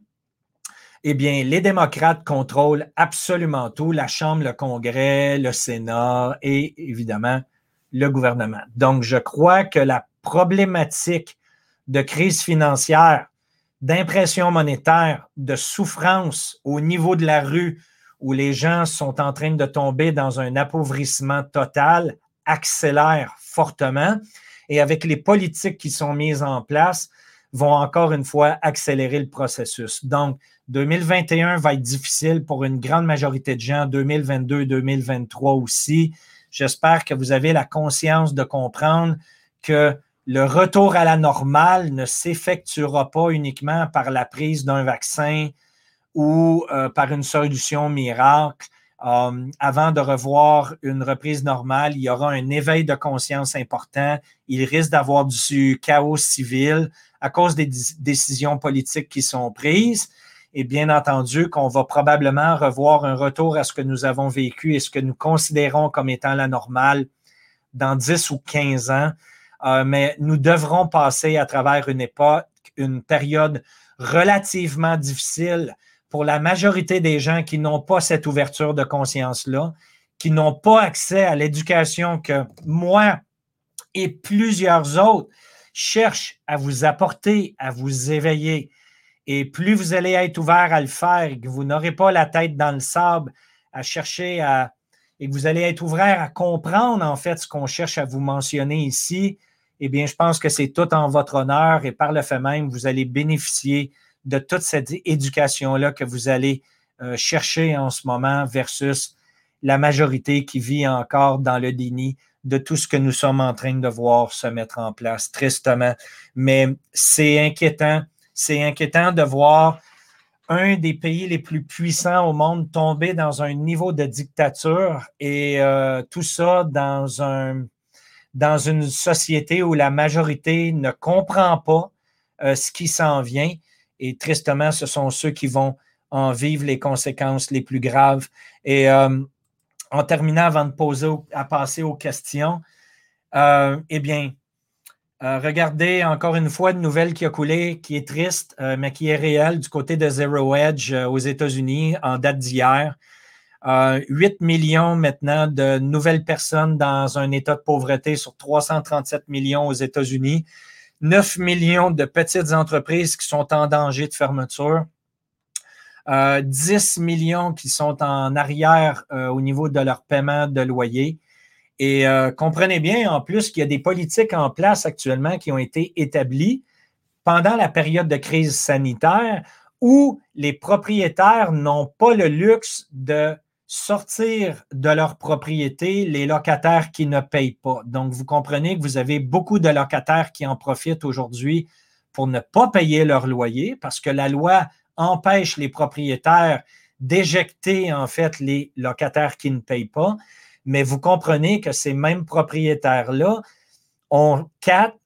eh bien, les démocrates contrôlent absolument tout, la Chambre, le Congrès, le Sénat et évidemment le gouvernement. Donc, je crois que la problématique de crise financière, d'impression monétaire, de souffrance au niveau de la rue où les gens sont en train de tomber dans un appauvrissement total accélère fortement et avec les politiques qui sont mises en place vont encore une fois accélérer le processus. Donc, deux mille vingt et un va être difficile pour une grande majorité de gens, deux mille vingt-deux, deux mille vingt-trois aussi. J'espère que vous avez la conscience de comprendre que le retour à la normale ne s'effectuera pas uniquement par la prise d'un vaccin ou euh, par une solution miracle. Euh, avant de revoir une reprise normale, il y aura un éveil de conscience important. Il risque d'avoir du chaos civil à cause des d- décisions politiques qui sont prises. Et bien entendu, qu'on va probablement revoir un retour à ce que nous avons vécu et ce que nous considérons comme étant la normale dans dix ou quinze ans. Euh, mais nous devrons passer à travers une époque, une période relativement difficile pour la majorité des gens qui n'ont pas cette ouverture de conscience-là, qui n'ont pas accès à l'éducation que moi et plusieurs autres cherchent à vous apporter, à vous éveiller. Et plus vous allez être ouvert à le faire et que vous n'aurez pas la tête dans le sable à chercher à, et que vous allez être ouvert à comprendre en fait ce qu'on cherche à vous mentionner ici, eh bien, je pense que c'est tout en votre honneur et par le fait même, vous allez bénéficier de toute cette éducation-là que vous allez euh, chercher en ce moment versus la majorité qui vit encore dans le déni de tout ce que nous sommes en train de voir se mettre en place, tristement. Mais c'est inquiétant. C'est inquiétant de voir un des pays les plus puissants au monde tomber dans un niveau de dictature et euh, tout ça dans un dans une société où la majorité ne comprend pas euh, ce qui s'en vient. Et tristement, ce sont ceux qui vont en vivre les conséquences les plus graves. Et euh, en terminant, avant de poser au, à passer aux questions, euh, eh bien, euh, regardez encore une fois une nouvelle qui a coulé, qui est triste, euh, mais qui est réelle du côté de Zero Hedge euh, aux États-Unis en date d'hier. Euh, huit millions maintenant de nouvelles personnes dans un état de pauvreté sur trois cent trente-sept millions aux États-Unis. neuf millions de petites entreprises qui sont en danger de fermeture. Euh, dix millions qui sont en arrière euh, au niveau de leur paiement de loyer. Et euh, comprenez bien en plus qu'il y a des politiques en place actuellement qui ont été établies pendant la période de crise sanitaire où les propriétaires n'ont pas le luxe de sortir de leur propriété les locataires qui ne payent pas. Donc, vous comprenez que vous avez beaucoup de locataires qui en profitent aujourd'hui pour ne pas payer leur loyer parce que la loi empêche les propriétaires d'éjecter en fait les locataires qui ne payent pas. Mais vous comprenez que ces mêmes propriétaires-là ont quatre,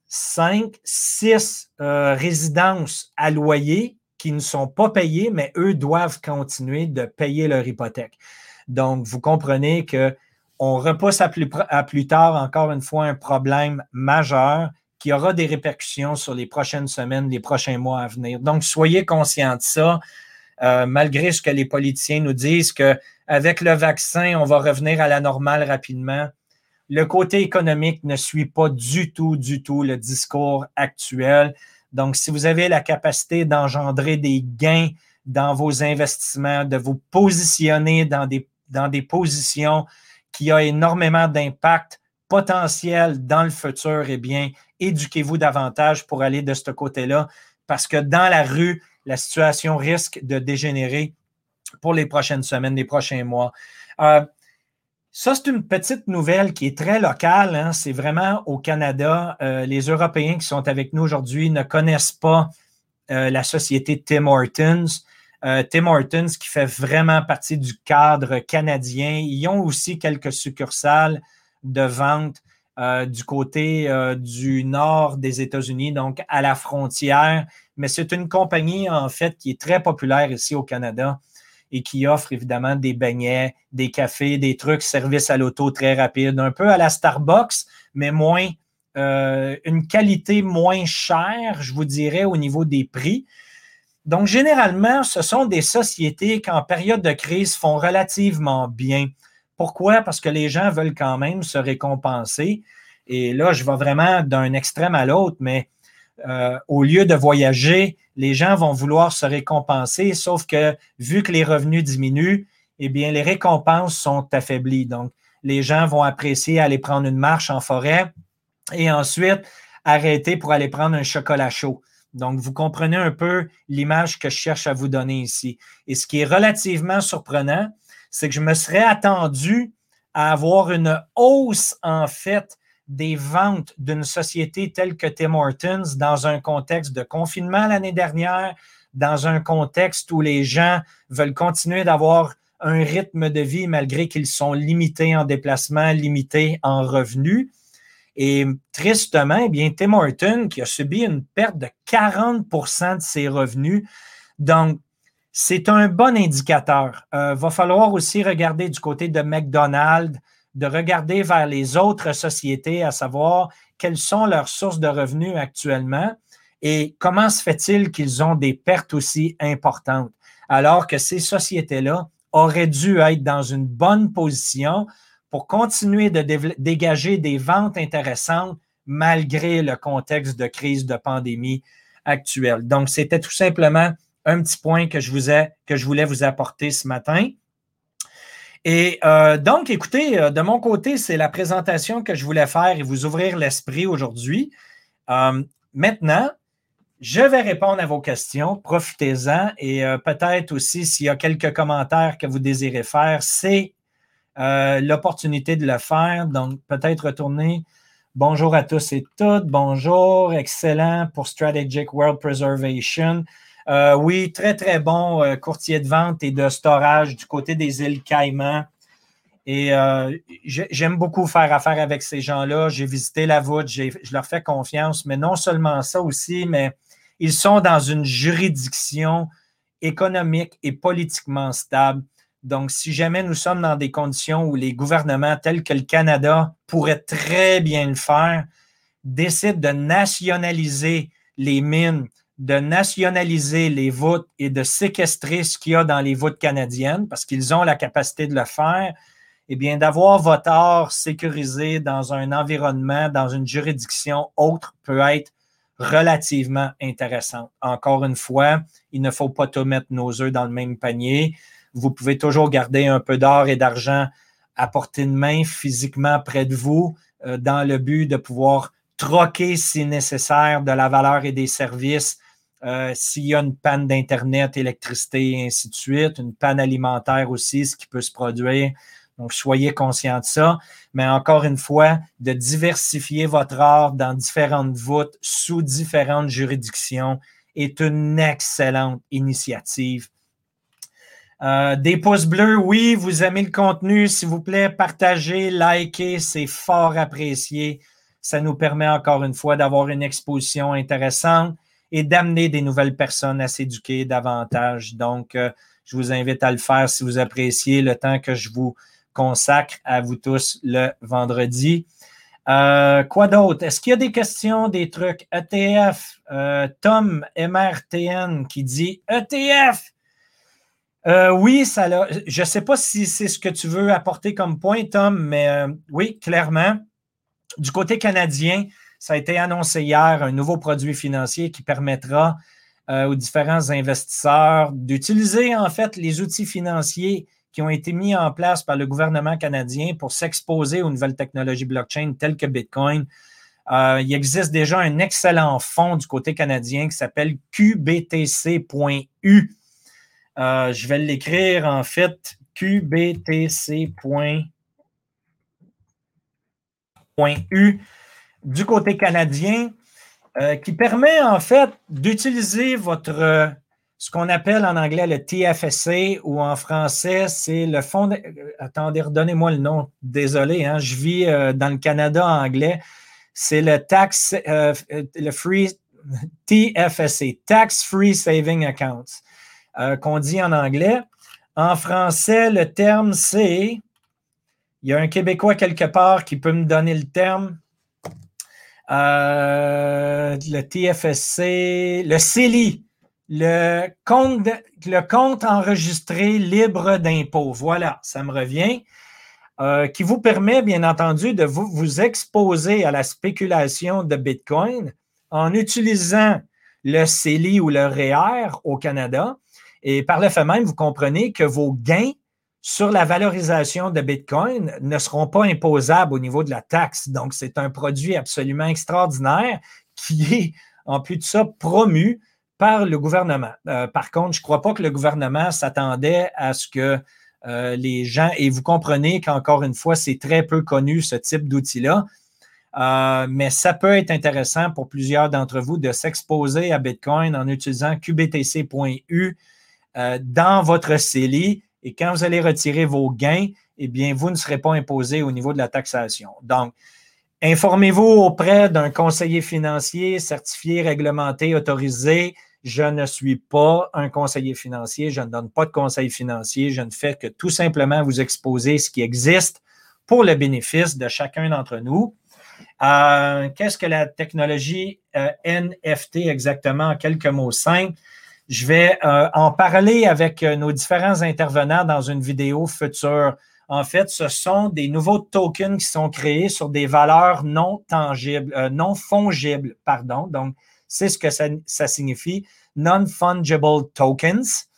cinq, six euh, résidences à loyer qui ne sont pas payées, mais eux doivent continuer de payer leur hypothèque. Donc, vous comprenez qu'on repousse à plus, à plus tard, encore une fois, un problème majeur qui aura des répercussions sur les prochaines semaines, les prochains mois à venir. Donc, soyez conscients de ça, euh, malgré ce que les politiciens nous disent, qu'avec le vaccin, on va revenir à la normale rapidement. Le côté économique ne suit pas du tout, du tout le discours actuel. Donc, si vous avez la capacité d'engendrer des gains dans vos investissements, de vous positionner dans des, dans des positions qui ont énormément d'impact potentiel dans le futur, eh bien, éduquez-vous davantage pour aller de ce côté-là, parce que dans la rue, la situation risque de dégénérer pour les prochaines semaines, les prochains mois. Euh, Ça, c'est une petite nouvelle qui est très locale. Hein. C'est vraiment au Canada. Euh, les Européens qui sont avec nous aujourd'hui ne connaissent pas euh, la société Tim Hortons. Euh, Tim Hortons qui fait vraiment partie du cadre canadien. Ils ont aussi quelques succursales de vente euh, du côté euh, du nord des États-Unis, donc à la frontière. Mais c'est une compagnie, en fait, qui est très populaire ici au Canada et qui offre évidemment des beignets, des cafés, des trucs, services à l'auto très rapides, un peu à la Starbucks, mais moins, euh, une qualité moins chère, je vous dirais, au niveau des prix. Donc, généralement, ce sont des sociétés qui, en période de crise, font relativement bien. Pourquoi? Parce que les gens veulent quand même se récompenser. Et là, je vais vraiment d'un extrême à l'autre, mais euh, au lieu de voyager, les gens vont vouloir se récompenser, sauf que vu que les revenus diminuent, eh bien, les récompenses sont affaiblies. Donc, les gens vont apprécier aller prendre une marche en forêt et ensuite arrêter pour aller prendre un chocolat chaud. Donc, vous comprenez un peu l'image que je cherche à vous donner ici. Et ce qui est relativement surprenant, c'est que je me serais attendu à avoir une hausse, en fait, des ventes d'une société telle que Tim Hortons dans un contexte de confinement l'année dernière, dans un contexte où les gens veulent continuer d'avoir un rythme de vie malgré qu'ils sont limités en déplacement, limités en revenus. Et tristement, eh bien, Tim Hortons qui a subi une perte de quarante pour cent de ses revenus. Donc, c'est un bon indicateur. Il euh, va falloir aussi regarder du côté de McDonald's, de regarder vers les autres sociétés, à savoir quelles sont leurs sources de revenus actuellement et comment se fait-il qu'ils ont des pertes aussi importantes, alors que ces sociétés-là auraient dû être dans une bonne position pour continuer de dé- dégager des ventes intéressantes malgré le contexte de crise de pandémie actuelle. Donc, c'était tout simplement un petit point que je, vous ai, que je voulais vous apporter ce matin. Et euh, donc, écoutez, de mon côté, c'est la présentation que je voulais faire et vous ouvrir l'esprit aujourd'hui. Euh, maintenant, je vais répondre à vos questions. Profitez-en et euh, peut-être aussi, s'il y a quelques commentaires que vous désirez faire, c'est euh, l'opportunité de le faire. Donc, peut-être retourner. Bonjour à tous et toutes. Bonjour. Excellent pour Strategic World Preservation. Euh, oui, très, très bon euh, courtier de vente et de storage du côté des îles Caïmans. Et euh, j'aime beaucoup faire affaire avec ces gens-là. J'ai visité la voûte, je leur fais confiance. Mais non seulement ça aussi, mais ils sont dans une juridiction économique et politiquement stable. Donc, si jamais nous sommes dans des conditions où les gouvernements tels que le Canada pourraient très bien le faire, décident de nationaliser les mines, de nationaliser les voûtes et de séquestrer ce qu'il y a dans les voûtes canadiennes, parce qu'ils ont la capacité de le faire, eh bien, d'avoir votre art sécurisé dans un environnement, dans une juridiction autre peut être relativement intéressant. Encore une fois, il ne faut pas tout mettre nos œufs dans le même panier. Vous pouvez toujours garder un peu d'or et d'argent à portée de main, physiquement près de vous, euh, dans le but de pouvoir troquer, si nécessaire, de la valeur et des services euh, s'il y a une panne d'Internet, électricité et ainsi de suite, une panne alimentaire aussi, ce qui peut se produire. Donc, soyez conscients de ça. Mais encore une fois, de diversifier votre art dans différentes voûtes, sous différentes juridictions, est une excellente initiative. Euh, des pouces bleus, oui, vous aimez le contenu, s'il vous plaît, partagez, likez, c'est fort apprécié. Ça nous permet encore une fois d'avoir une exposition intéressante et d'amener des nouvelles personnes à s'éduquer davantage. Donc, euh, je vous invite à le faire si vous appréciez le temps que je vous consacre à vous tous le vendredi. Euh, quoi d'autre? Est-ce qu'il y a des questions, des trucs? E T F, euh, Tom M R T N qui dit E T F. Euh, oui, ça l'a. Je ne sais pas si c'est ce que tu veux apporter comme point, Tom, mais euh, oui, clairement. Du côté canadien, ça a été annoncé hier, un nouveau produit financier qui permettra euh, aux différents investisseurs d'utiliser en fait les outils financiers qui ont été mis en place par le gouvernement canadien pour s'exposer aux nouvelles technologies blockchain telles que Bitcoin. Euh, il existe déjà un excellent fonds du côté canadien qui s'appelle Q B T C point U. Euh, je vais l'écrire en fait, Q B T C point U du côté canadien, euh, qui permet en fait d'utiliser votre, euh, ce qu'on appelle en anglais le T F S A ou en français, c'est le fonds, de, attendez, redonnez-moi le nom, désolé, hein, je vis euh, dans le Canada anglais, c'est le tax, euh, le free, T F S A, Tax Free Saving Accounts, euh, qu'on dit en anglais. En français, le terme c'est, il y a un Québécois quelque part qui peut me donner le terme, Euh, le T F S C, le C E L I, le compte, de, le compte enregistré libre d'impôt. Voilà, ça me revient. Euh, qui vous permet, bien entendu, de vous, vous exposer à la spéculation de Bitcoin en utilisant le C E L I ou le R E E R au Canada. Et par le fait même, vous comprenez que vos gains sur la valorisation de Bitcoin ne seront pas imposables au niveau de la taxe. Donc, c'est un produit absolument extraordinaire qui est, en plus de ça, promu par le gouvernement. Euh, par contre, je ne crois pas que le gouvernement s'attendait à ce que euh, les gens, et vous comprenez qu'encore une fois, c'est très peu connu, ce type d'outil-là, euh, mais ça peut être intéressant pour plusieurs d'entre vous de s'exposer à Bitcoin en utilisant Q B T C point U euh, dans votre C E L I. Et quand vous allez retirer vos gains, eh bien, vous ne serez pas imposé au niveau de la taxation. Donc, informez-vous auprès d'un conseiller financier certifié, réglementé, autorisé. Je ne suis pas un conseiller financier. Je ne donne pas de conseils financiers. Je ne fais que tout simplement vous exposer ce qui existe pour le bénéfice de chacun d'entre nous. Euh, qu'est-ce que la technologie euh, N F T exactement en quelques mots simples? Je vais euh, en parler avec euh, nos différents intervenants dans une vidéo future. En fait, ce sont des nouveaux tokens qui sont créés sur des valeurs non tangibles, euh, non fongibles, pardon. Donc, c'est ce que ça, ça signifie, non-fungible tokens.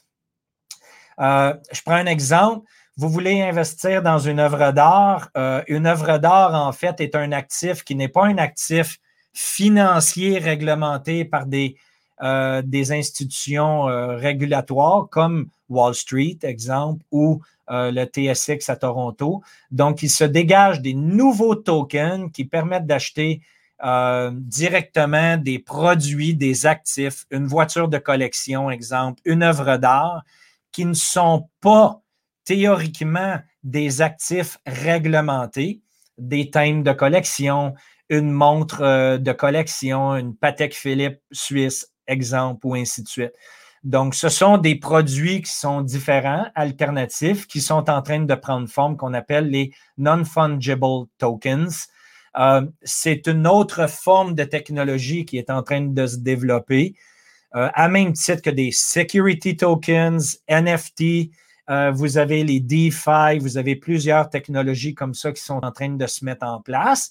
Euh, je prends un exemple. Vous voulez investir dans une œuvre d'art. Euh, une œuvre d'art, en fait, est un actif qui n'est pas un actif financier réglementé par des Euh, des institutions euh, régulatoires comme Wall Street, exemple, ou euh, le T S X à Toronto. Donc, il se dégage des nouveaux tokens qui permettent d'acheter euh, directement des produits, des actifs, une voiture de collection, exemple, une œuvre d'art, qui ne sont pas théoriquement des actifs réglementés, des thèmes de collection, une montre euh, de collection, une Patek Philippe suisse, exemple, ou ainsi de suite. Donc, ce sont des produits qui sont différents, alternatifs, qui sont en train de prendre forme, qu'on appelle les non-fungible tokens. Euh, c'est une autre forme de technologie qui est en train de se développer, euh, à même titre que des security tokens, N F T. Euh, vous avez les DeFi, vous avez plusieurs technologies comme ça qui sont en train de se mettre en place.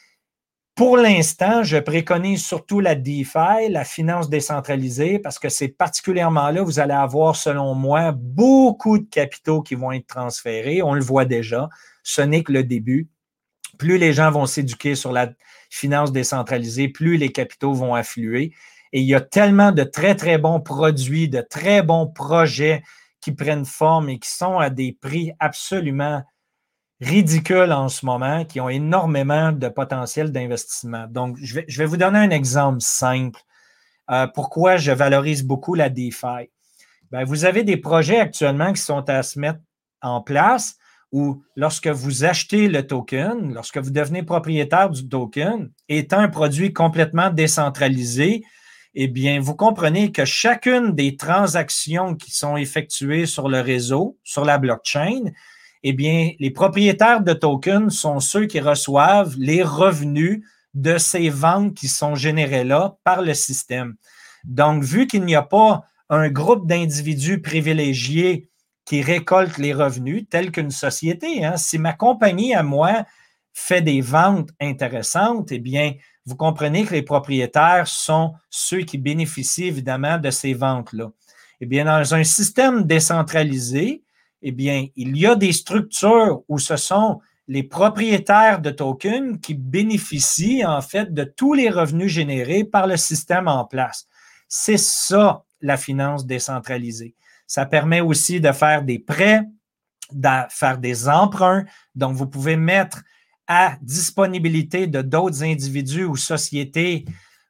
Pour l'instant, je préconise surtout la DeFi, la finance décentralisée, parce que c'est particulièrement là où vous allez avoir, selon moi, beaucoup de capitaux qui vont être transférés. On le voit déjà. Ce n'est que le début. Plus les gens vont s'éduquer sur la finance décentralisée, plus les capitaux vont affluer. Et il y a tellement de très, très bons produits, de très bons projets qui prennent forme et qui sont à des prix absolument ridicules en ce moment, qui ont énormément de potentiel d'investissement. Donc, je vais, je vais vous donner un exemple simple. Euh, pourquoi je valorise beaucoup la DeFi? Bien, vous avez des projets actuellement qui sont à se mettre en place où lorsque vous achetez le token, lorsque vous devenez propriétaire du token, étant un produit complètement décentralisé, eh bien, vous comprenez que chacune des transactions qui sont effectuées sur le réseau, sur la blockchain, eh bien, les propriétaires de tokens sont ceux qui reçoivent les revenus de ces ventes qui sont générées là par le système. Donc, vu qu'il n'y a pas un groupe d'individus privilégiés qui récoltent les revenus, tels qu'une société, hein, si ma compagnie à moi fait des ventes intéressantes, eh bien, vous comprenez que les propriétaires sont ceux qui bénéficient évidemment de ces ventes-là. Eh bien, dans un système décentralisé, eh bien, il y a des structures où ce sont les propriétaires de tokens qui bénéficient en fait de tous les revenus générés par le système en place. C'est ça, la finance décentralisée. Ça permet aussi de faire des prêts, de faire des emprunts. Donc, vous pouvez mettre à disponibilité de d'autres individus ou sociétés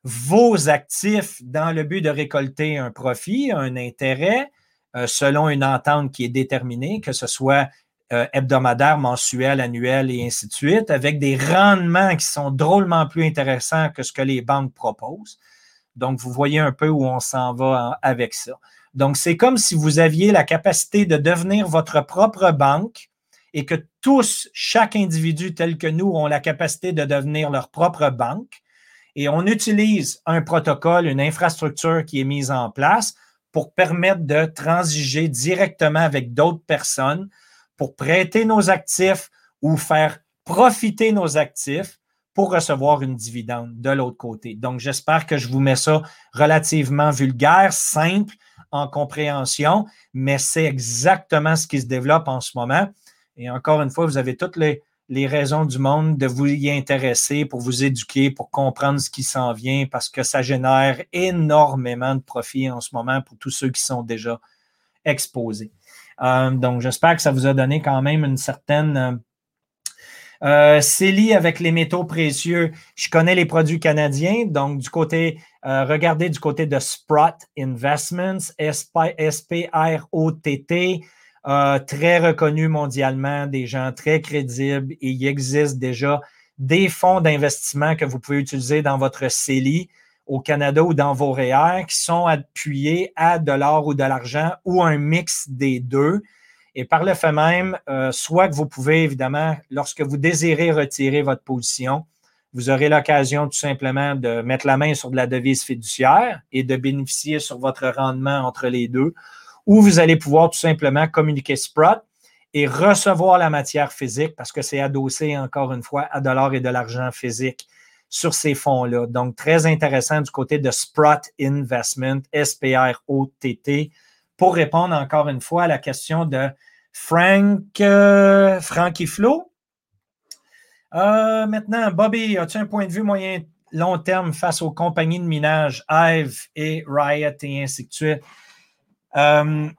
vos actifs dans le but de récolter un profit, un intérêt, euh, selon une entente qui est déterminée, que ce soit euh, hebdomadaire, mensuel, annuel et ainsi de suite, avec des rendements qui sont drôlement plus intéressants que ce que les banques proposent. Donc, vous voyez un peu où on s'en va avec ça. Donc, c'est comme si vous aviez la capacité de devenir votre propre banque et que tous, chaque individu tel que nous, ont la capacité de devenir leur propre banque. Et on utilise un protocole, une infrastructure qui est mise en place pour permettre de transiger directement avec d'autres personnes pour prêter nos actifs ou faire profiter nos actifs pour recevoir une dividende de l'autre côté. Donc, j'espère que je vous mets ça relativement vulgaire, simple en compréhension, mais c'est exactement ce qui se développe en ce moment. Et encore une fois, vous avez toutes les, les raisons du monde de vous y intéresser pour vous éduquer, pour comprendre ce qui s'en vient, parce que ça génère énormément de profits en ce moment pour tous ceux qui sont déjà exposés. Euh, donc, j'espère que ça vous a donné quand même une certaine... Euh, Célie avec les métaux précieux, je connais les produits canadiens, donc du côté, euh, regardez du côté de Sprott Investments, S P R O T T, euh, très reconnu mondialement, des gens très crédibles, et il existe déjà des fonds d'investissement que vous pouvez utiliser dans votre Célie au Canada ou dans vos R E E R qui sont appuyés à de l'or ou de l'argent ou un mix des deux. Et par le fait même, euh, soit que vous pouvez, évidemment, lorsque vous désirez retirer votre position, vous aurez l'occasion tout simplement de mettre la main sur de la devise fiduciaire et de bénéficier sur votre rendement entre les deux, ou vous allez pouvoir tout simplement communiquer Sprott et recevoir la matière physique parce que c'est adossé, encore une fois, à de l'or et de l'argent physique sur ces fonds-là. Donc, très intéressant du côté de Sprott Investment, S P R O T T, pour répondre encore une fois à la question de Frank, euh, Frankie Flo. Euh, maintenant, Bobby, as-tu un point de vue moyen long terme face aux compagnies de minage, Hive et Riot et ainsi de suite? Euh,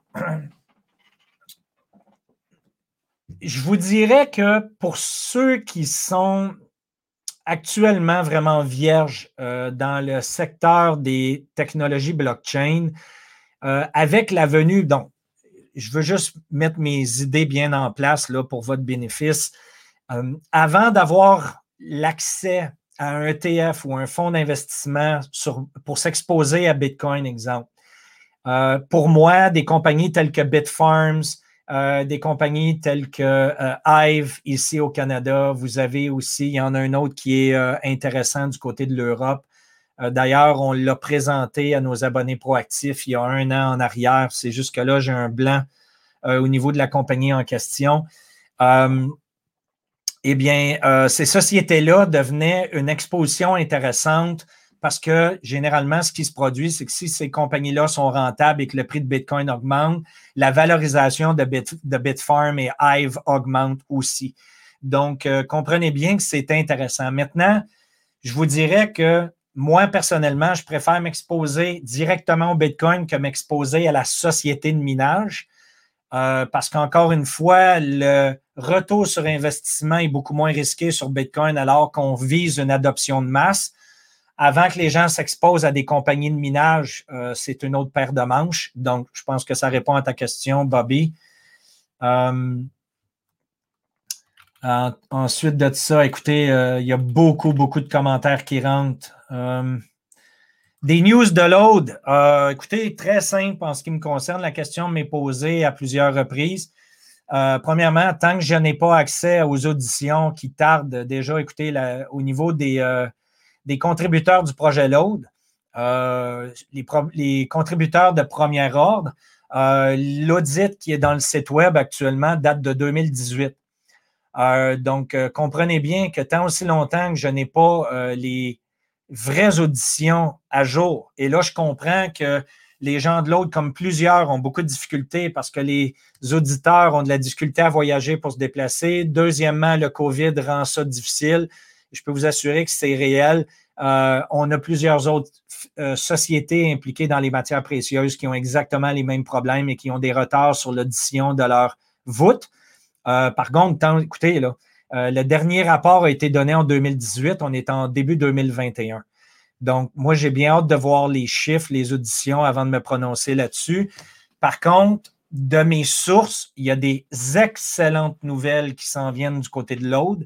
je vous dirais que pour ceux qui sont actuellement vraiment vierges euh, dans le secteur des technologies blockchain, euh, avec la venue, donc, je veux juste mettre mes idées bien en place là, pour votre bénéfice. Euh, avant d'avoir l'accès à un E T F ou un fonds d'investissement sur, pour s'exposer à Bitcoin, exemple, euh, pour moi, des compagnies telles que Bitfarms, euh, des compagnies telles que euh, Hive ici au Canada, vous avez aussi, il y en a un autre qui est euh, intéressant du côté de l'Europe. Euh, d'ailleurs, on l'a présenté à nos abonnés proactifs il y a un an en arrière. C'est juste que là, j'ai un blanc euh, au niveau de la compagnie en question. Euh, eh bien, euh, ces sociétés-là devenaient une exposition intéressante parce que généralement, ce qui se produit, c'est que si ces compagnies-là sont rentables et que le prix de Bitcoin augmente, la valorisation de, Bit, de Bitfarm et Hive augmente aussi. Donc, euh, comprenez bien que c'est intéressant. Maintenant, je vous dirais que moi, personnellement, je préfère m'exposer directement au Bitcoin que m'exposer à la société de minage. Euh, parce qu'encore une fois, le retour sur investissement est beaucoup moins risqué sur Bitcoin alors qu'on vise une adoption de masse. Avant que les gens s'exposent à des compagnies de minage, euh, c'est une autre paire de manches. Donc, je pense que ça répond à ta question, Bobby. Euh, En, ensuite de ça, écoutez, euh, il y a beaucoup, beaucoup de commentaires qui rentrent. Euh, des news de load. Euh, écoutez, très simple en ce qui me concerne. La question m'est posée à plusieurs reprises. Euh, premièrement, tant que je n'ai pas accès aux auditions qui tardent déjà, écoutez, la, au niveau des, euh, des contributeurs du projet Load, euh, les, pro- les contributeurs de premier ordre, euh, l'audit qui est dans le site web actuellement date de deux mille dix-huit. Euh, donc, euh, comprenez bien que tant aussi longtemps que je n'ai pas euh, les vraies auditions à jour, et là, je comprends que les gens de l'autre, comme plusieurs, ont beaucoup de difficultés parce que les auditeurs ont de la difficulté à voyager pour se déplacer. Deuxièmement, le COVID rend ça difficile. Je peux vous assurer que c'est réel. Euh, on a plusieurs autres euh, sociétés impliquées dans les matières précieuses qui ont exactement les mêmes problèmes et qui ont des retards sur l'audition de leur voûte. Euh, par contre, tant, écoutez, là, euh, le dernier rapport a été donné en deux mille dix-huit. On est en début deux mille vingt et un. Donc, moi, j'ai bien hâte de voir les chiffres, les auditions avant de me prononcer là-dessus. Par contre, de mes sources, il y a des excellentes nouvelles qui s'en viennent du côté de l'Aude.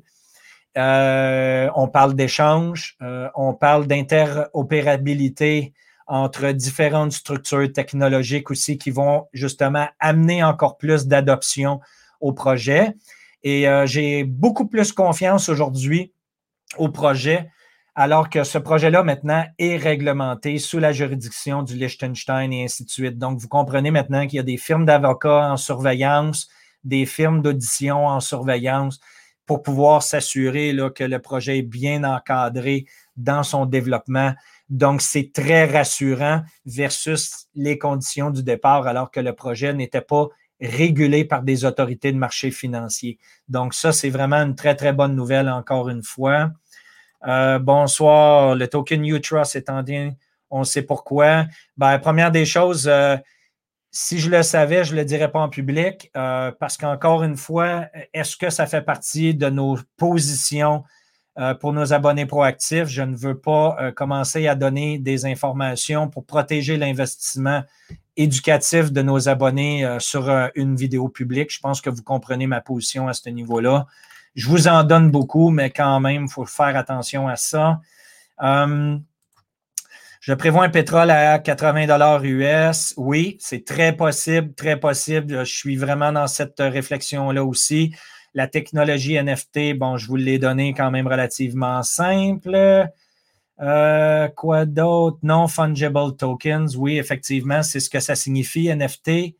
Euh, on parle d'échange, euh, on parle d'interopérabilité entre différentes structures technologiques aussi qui vont justement amener encore plus d'adoption au projet. Et euh, j'ai beaucoup plus confiance aujourd'hui au projet, alors que ce projet-là, maintenant, est réglementé sous la juridiction du Liechtenstein et ainsi de suite. Donc, vous comprenez maintenant qu'il y a des firmes d'avocats en surveillance, des firmes d'audition en surveillance pour pouvoir s'assurer là, que le projet est bien encadré dans son développement. Donc, c'est très rassurant versus les conditions du départ, alors que le projet n'était pas régulé par des autorités de marché financier. Donc, ça, c'est vraiment une très, très bonne nouvelle, encore une fois. Euh, bonsoir, le token U-Trust est en lien, on sait pourquoi. Ben, première des choses, euh, si je le savais, je ne le dirais pas en public euh, parce qu'encore une fois, est-ce que ça fait partie de nos positions euh, pour nos abonnés proactifs? Je ne veux pas euh, commencer à donner des informations pour protéger l'investissement éducatif de nos abonnés euh, sur euh, une vidéo publique. Je pense que vous comprenez ma position à ce niveau-là. Je vous en donne beaucoup, mais quand même, il faut faire attention à ça. Euh, je prévois un pétrole à quatre-vingts dollars U S. Oui, c'est très possible, très possible. Je suis vraiment dans cette réflexion-là aussi. La technologie N F T, bon, je vous l'ai donné quand même relativement simple. Euh, quoi d'autre? Non-fungible tokens. Oui, effectivement, c'est ce que ça signifie, N F T.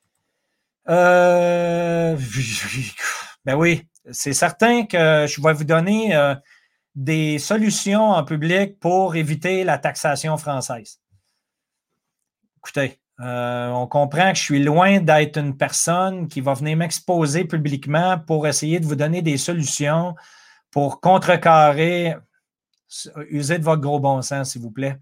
Euh, ben oui, c'est certain que je vais vous donner euh, des solutions en public pour éviter la taxation française. Écoutez, euh, on comprend que je suis loin d'être une personne qui va venir m'exposer publiquement pour essayer de vous donner des solutions pour contrecarrer. Usez de votre gros bon sens, s'il vous plaît.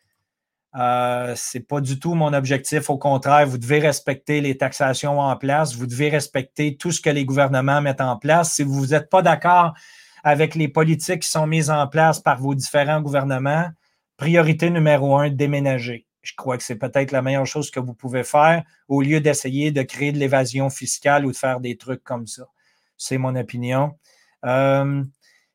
Euh, ce n'est pas du tout mon objectif. Au contraire, vous devez respecter les taxations en place. Vous devez respecter tout ce que les gouvernements mettent en place. Si vous n'êtes pas d'accord avec les politiques qui sont mises en place par vos différents gouvernements, priorité numéro un, déménager. Je crois que c'est peut-être la meilleure chose que vous pouvez faire au lieu d'essayer de créer de l'évasion fiscale ou de faire des trucs comme ça. C'est mon opinion. Euh,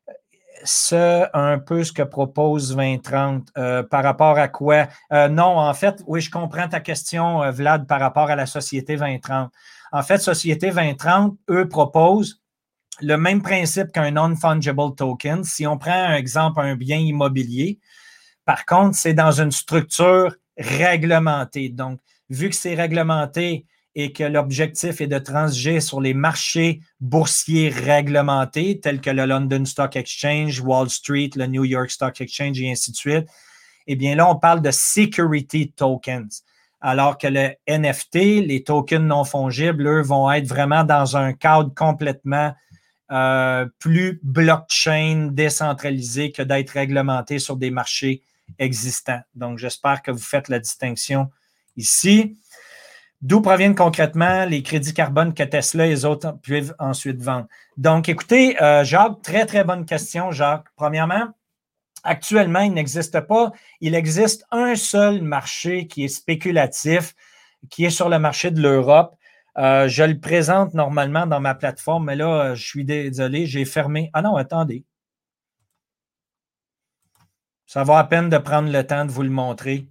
C'est un peu ce que propose vingt trente. Euh, par rapport à quoi? Euh, non, en fait, oui, je comprends ta question, euh, Vlad, par rapport à la Société vingt trente. En fait, Société vingt trente, eux proposent le même principe qu'un non-fungible token. Si on prend un exemple, un bien immobilier, par contre, c'est dans une structure réglementée. Donc, vu que c'est réglementé et que l'objectif est de transiger sur les marchés boursiers réglementés, tels que le London Stock Exchange, Wall Street, le New York Stock Exchange et ainsi de suite, eh bien là, on parle de security tokens. Alors que le N F T, les tokens non fongibles, eux, vont être vraiment dans un cadre complètement euh, plus blockchain, décentralisé que d'être réglementé sur des marchés existants. Donc, j'espère que vous faites la distinction ici. D'où proviennent concrètement les crédits carbone que Tesla et les autres peuvent ensuite vendre? Donc, écoutez, euh, Jacques, très, très bonne question, Jacques. Premièrement, actuellement, il n'existe pas, il existe un seul marché qui est spéculatif, qui est sur le marché de l'Europe. Euh, je le présente normalement dans ma plateforme, mais là, je suis désolé, j'ai fermé. Ah non, attendez. Ça va à peine de prendre le temps de vous le montrer.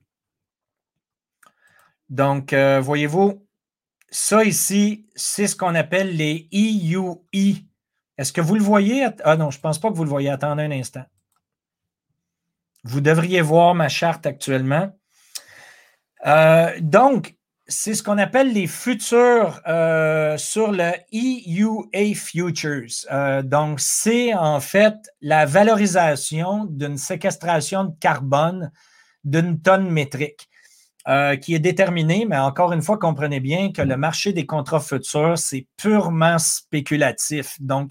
Donc, euh, voyez-vous, ça ici, c'est ce qu'on appelle les E U E. Est-ce que vous le voyez? Ah non, je ne pense pas que vous le voyez. Attendez un instant. Vous devriez voir ma charte actuellement. Euh, donc, c'est ce qu'on appelle les futurs euh, sur le E U A Futures. Euh, donc, c'est en fait la valorisation d'une séquestration de carbone d'une tonne métrique. Euh, qui est déterminée, mais encore une fois, comprenez bien que le marché des contrats futurs, c'est purement spéculatif. Donc,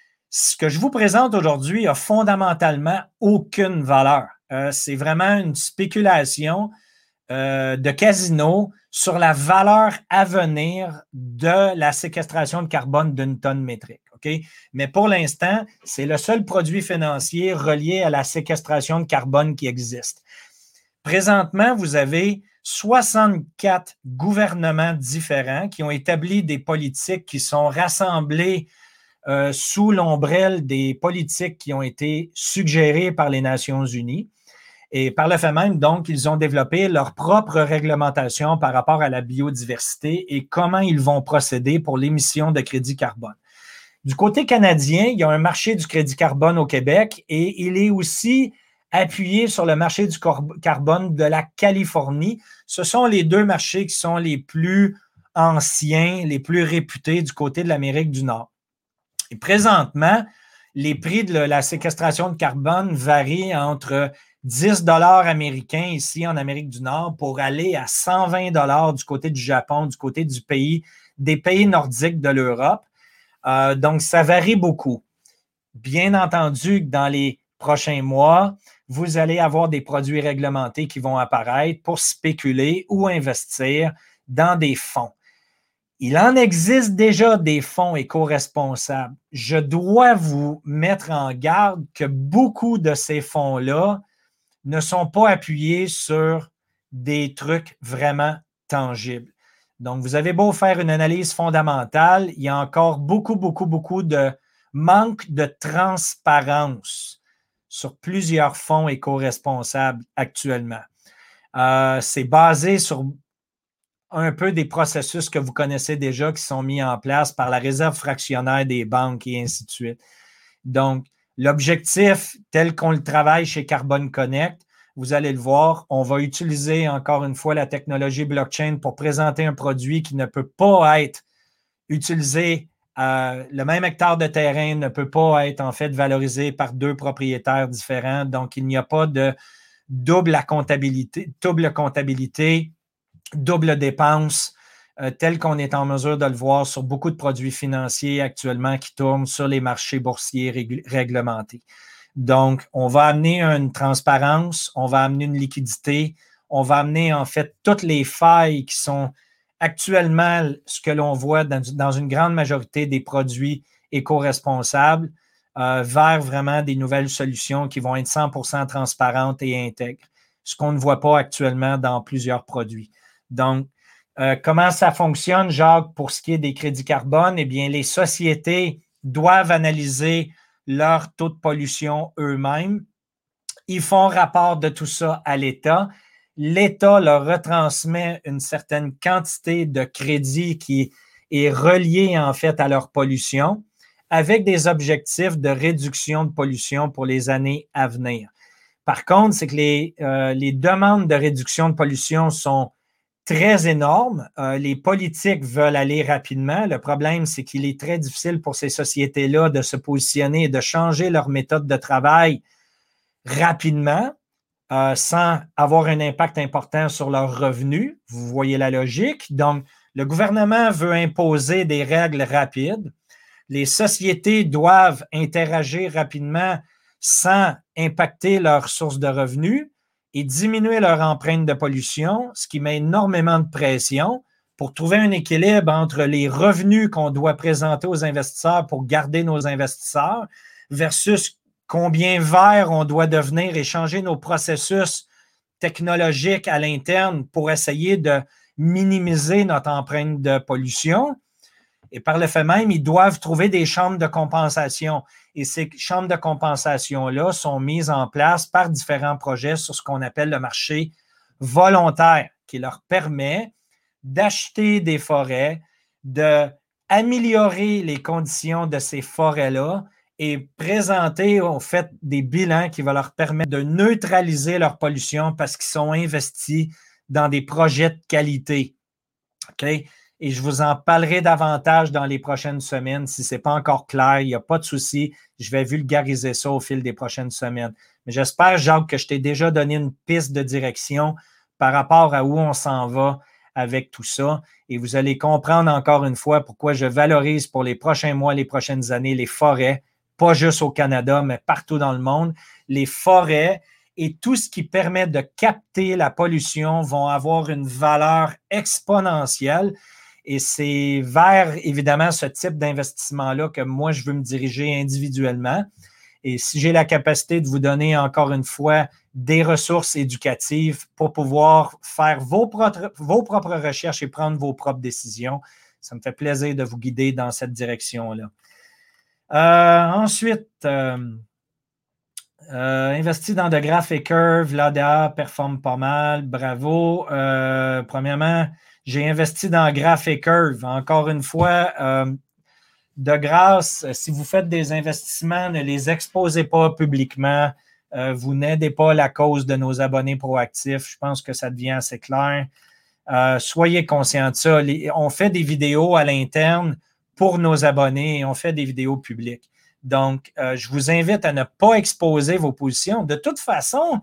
ce que je vous présente aujourd'hui a fondamentalement aucune valeur. Euh, c'est vraiment une spéculation euh, de casino sur la valeur à venir de la séquestration de carbone d'une tonne métrique. Okay? Mais pour l'instant, c'est le seul produit financier relié à la séquestration de carbone qui existe. Présentement, vous avez soixante-quatre gouvernements différents qui ont établi des politiques qui sont rassemblées euh, sous l'ombrelle des politiques qui ont été suggérées par les Nations unies. Et par le fait même, donc, ils ont développé leur propre réglementation par rapport à la biodiversité et comment ils vont procéder pour l'émission de crédit carbone. Du côté canadien, il y a un marché du crédit carbone au Québec et il est aussi appuyé sur le marché du carbone de la Californie. Ce sont les deux marchés qui sont les plus anciens, les plus réputés du côté de l'Amérique du Nord. Et présentement, les prix de la séquestration de carbone varient entre dix dollars américains ici en Amérique du Nord pour aller à cent vingt dollars du côté du Japon, du côté du pays, des pays nordiques de l'Europe. Euh, donc, ça varie beaucoup. Bien entendu, dans les prochains mois, vous allez avoir des produits réglementés qui vont apparaître pour spéculer ou investir dans des fonds. Il en existe déjà des fonds éco-responsables. Je dois vous mettre en garde que beaucoup de ces fonds-là ne sont pas appuyés sur des trucs vraiment tangibles. Donc, vous avez beau faire une analyse fondamentale, il y a encore beaucoup, beaucoup, beaucoup de manque de transparence sur plusieurs fonds éco-responsables actuellement. Euh, c'est basé sur un peu des processus que vous connaissez déjà qui sont mis en place par la réserve fractionnaire des banques et ainsi de suite. Donc, l'objectif tel qu'on le travaille chez Carbon Connect, vous allez le voir, on va utiliser encore une fois la technologie blockchain pour présenter un produit qui ne peut pas être utilisé. Euh, le même hectare de terrain ne peut pas être en fait valorisé par deux propriétaires différents. Donc, il n'y a pas de double comptabilité, double comptabilité, double dépense, euh, tel qu'on est en mesure de le voir sur beaucoup de produits financiers actuellement qui tournent sur les marchés boursiers rég- réglementés. Donc, on va amener une transparence, on va amener une liquidité, on va amener en fait toutes les failles qui sont actuellement ce que l'on voit dans, dans une grande majorité des produits éco-responsables euh, vers vraiment des nouvelles solutions qui vont être cent pour cent transparentes et intègres, ce qu'on ne voit pas actuellement dans plusieurs produits. Donc, euh, comment ça fonctionne, Jacques, pour ce qui est des crédits carbone? Eh bien, les sociétés doivent analyser leur taux de pollution eux-mêmes. Ils font rapport de tout ça à l'État. L'État leur retransmet une certaine quantité de crédit qui est reliée en fait à leur pollution avec des objectifs de réduction de pollution pour les années à venir. Par contre, c'est que les, euh, les demandes de réduction de pollution sont très énormes. Euh, les politiques veulent aller rapidement. Le problème, c'est qu'il est très difficile pour ces sociétés-là de se positionner et de changer leur méthode de travail rapidement euh, sans avoir un impact important sur leurs revenus. Vous voyez la logique. Donc, le gouvernement veut imposer des règles rapides. Les sociétés doivent interagir rapidement sans impacter leurs sources de revenus et diminuer leur empreinte de pollution, ce qui met énormément de pression pour trouver un équilibre entre les revenus qu'on doit présenter aux investisseurs pour garder nos investisseurs versus combien vert on doit devenir et changer nos processus technologiques à l'interne pour essayer de minimiser notre empreinte de pollution. Et par le fait même, ils doivent trouver des chambres de compensation. Et ces chambres de compensation-là sont mises en place par différents projets sur ce qu'on appelle le marché volontaire, qui leur permet d'acheter des forêts, d'améliorer les conditions de ces forêts-là et présenter, en fait, des bilans qui vont leur permettre de neutraliser leur pollution parce qu'ils sont investis dans des projets de qualité. OK? Et je vous en parlerai davantage dans les prochaines semaines. Si ce n'est pas encore clair, il n'y a pas de souci. Je vais vulgariser ça au fil des prochaines semaines. Mais j'espère, Jacques, que je t'ai déjà donné une piste de direction par rapport à où on s'en va avec tout ça. Et vous allez comprendre encore une fois pourquoi je valorise pour les prochains mois, les prochaines années, les forêts, pas juste au Canada, mais partout dans le monde. Les forêts et tout ce qui permet de capter la pollution vont avoir une valeur exponentielle. Et c'est vers, évidemment, ce type d'investissement-là que moi, je veux me diriger individuellement. Et si j'ai la capacité de vous donner, encore une fois, des ressources éducatives pour pouvoir faire vos propres, vos propres recherches et prendre vos propres décisions, ça me fait plaisir de vous guider dans cette direction-là. Euh, ensuite, euh, euh, investi dans de graphes et curves, l'A D A performe pas mal, bravo. Euh, premièrement, j'ai investi dans graphes et curves. Encore une fois, euh, de grâce, si vous faites des investissements, ne les exposez pas publiquement. Euh, vous n'aidez pas la cause de nos abonnés proactifs. Je pense que ça devient assez clair. Euh, soyez conscients de ça. Les, on fait des vidéos à l'interne pour nos abonnés et on fait des vidéos publiques. Donc, euh, je vous invite à ne pas exposer vos positions. De toute façon,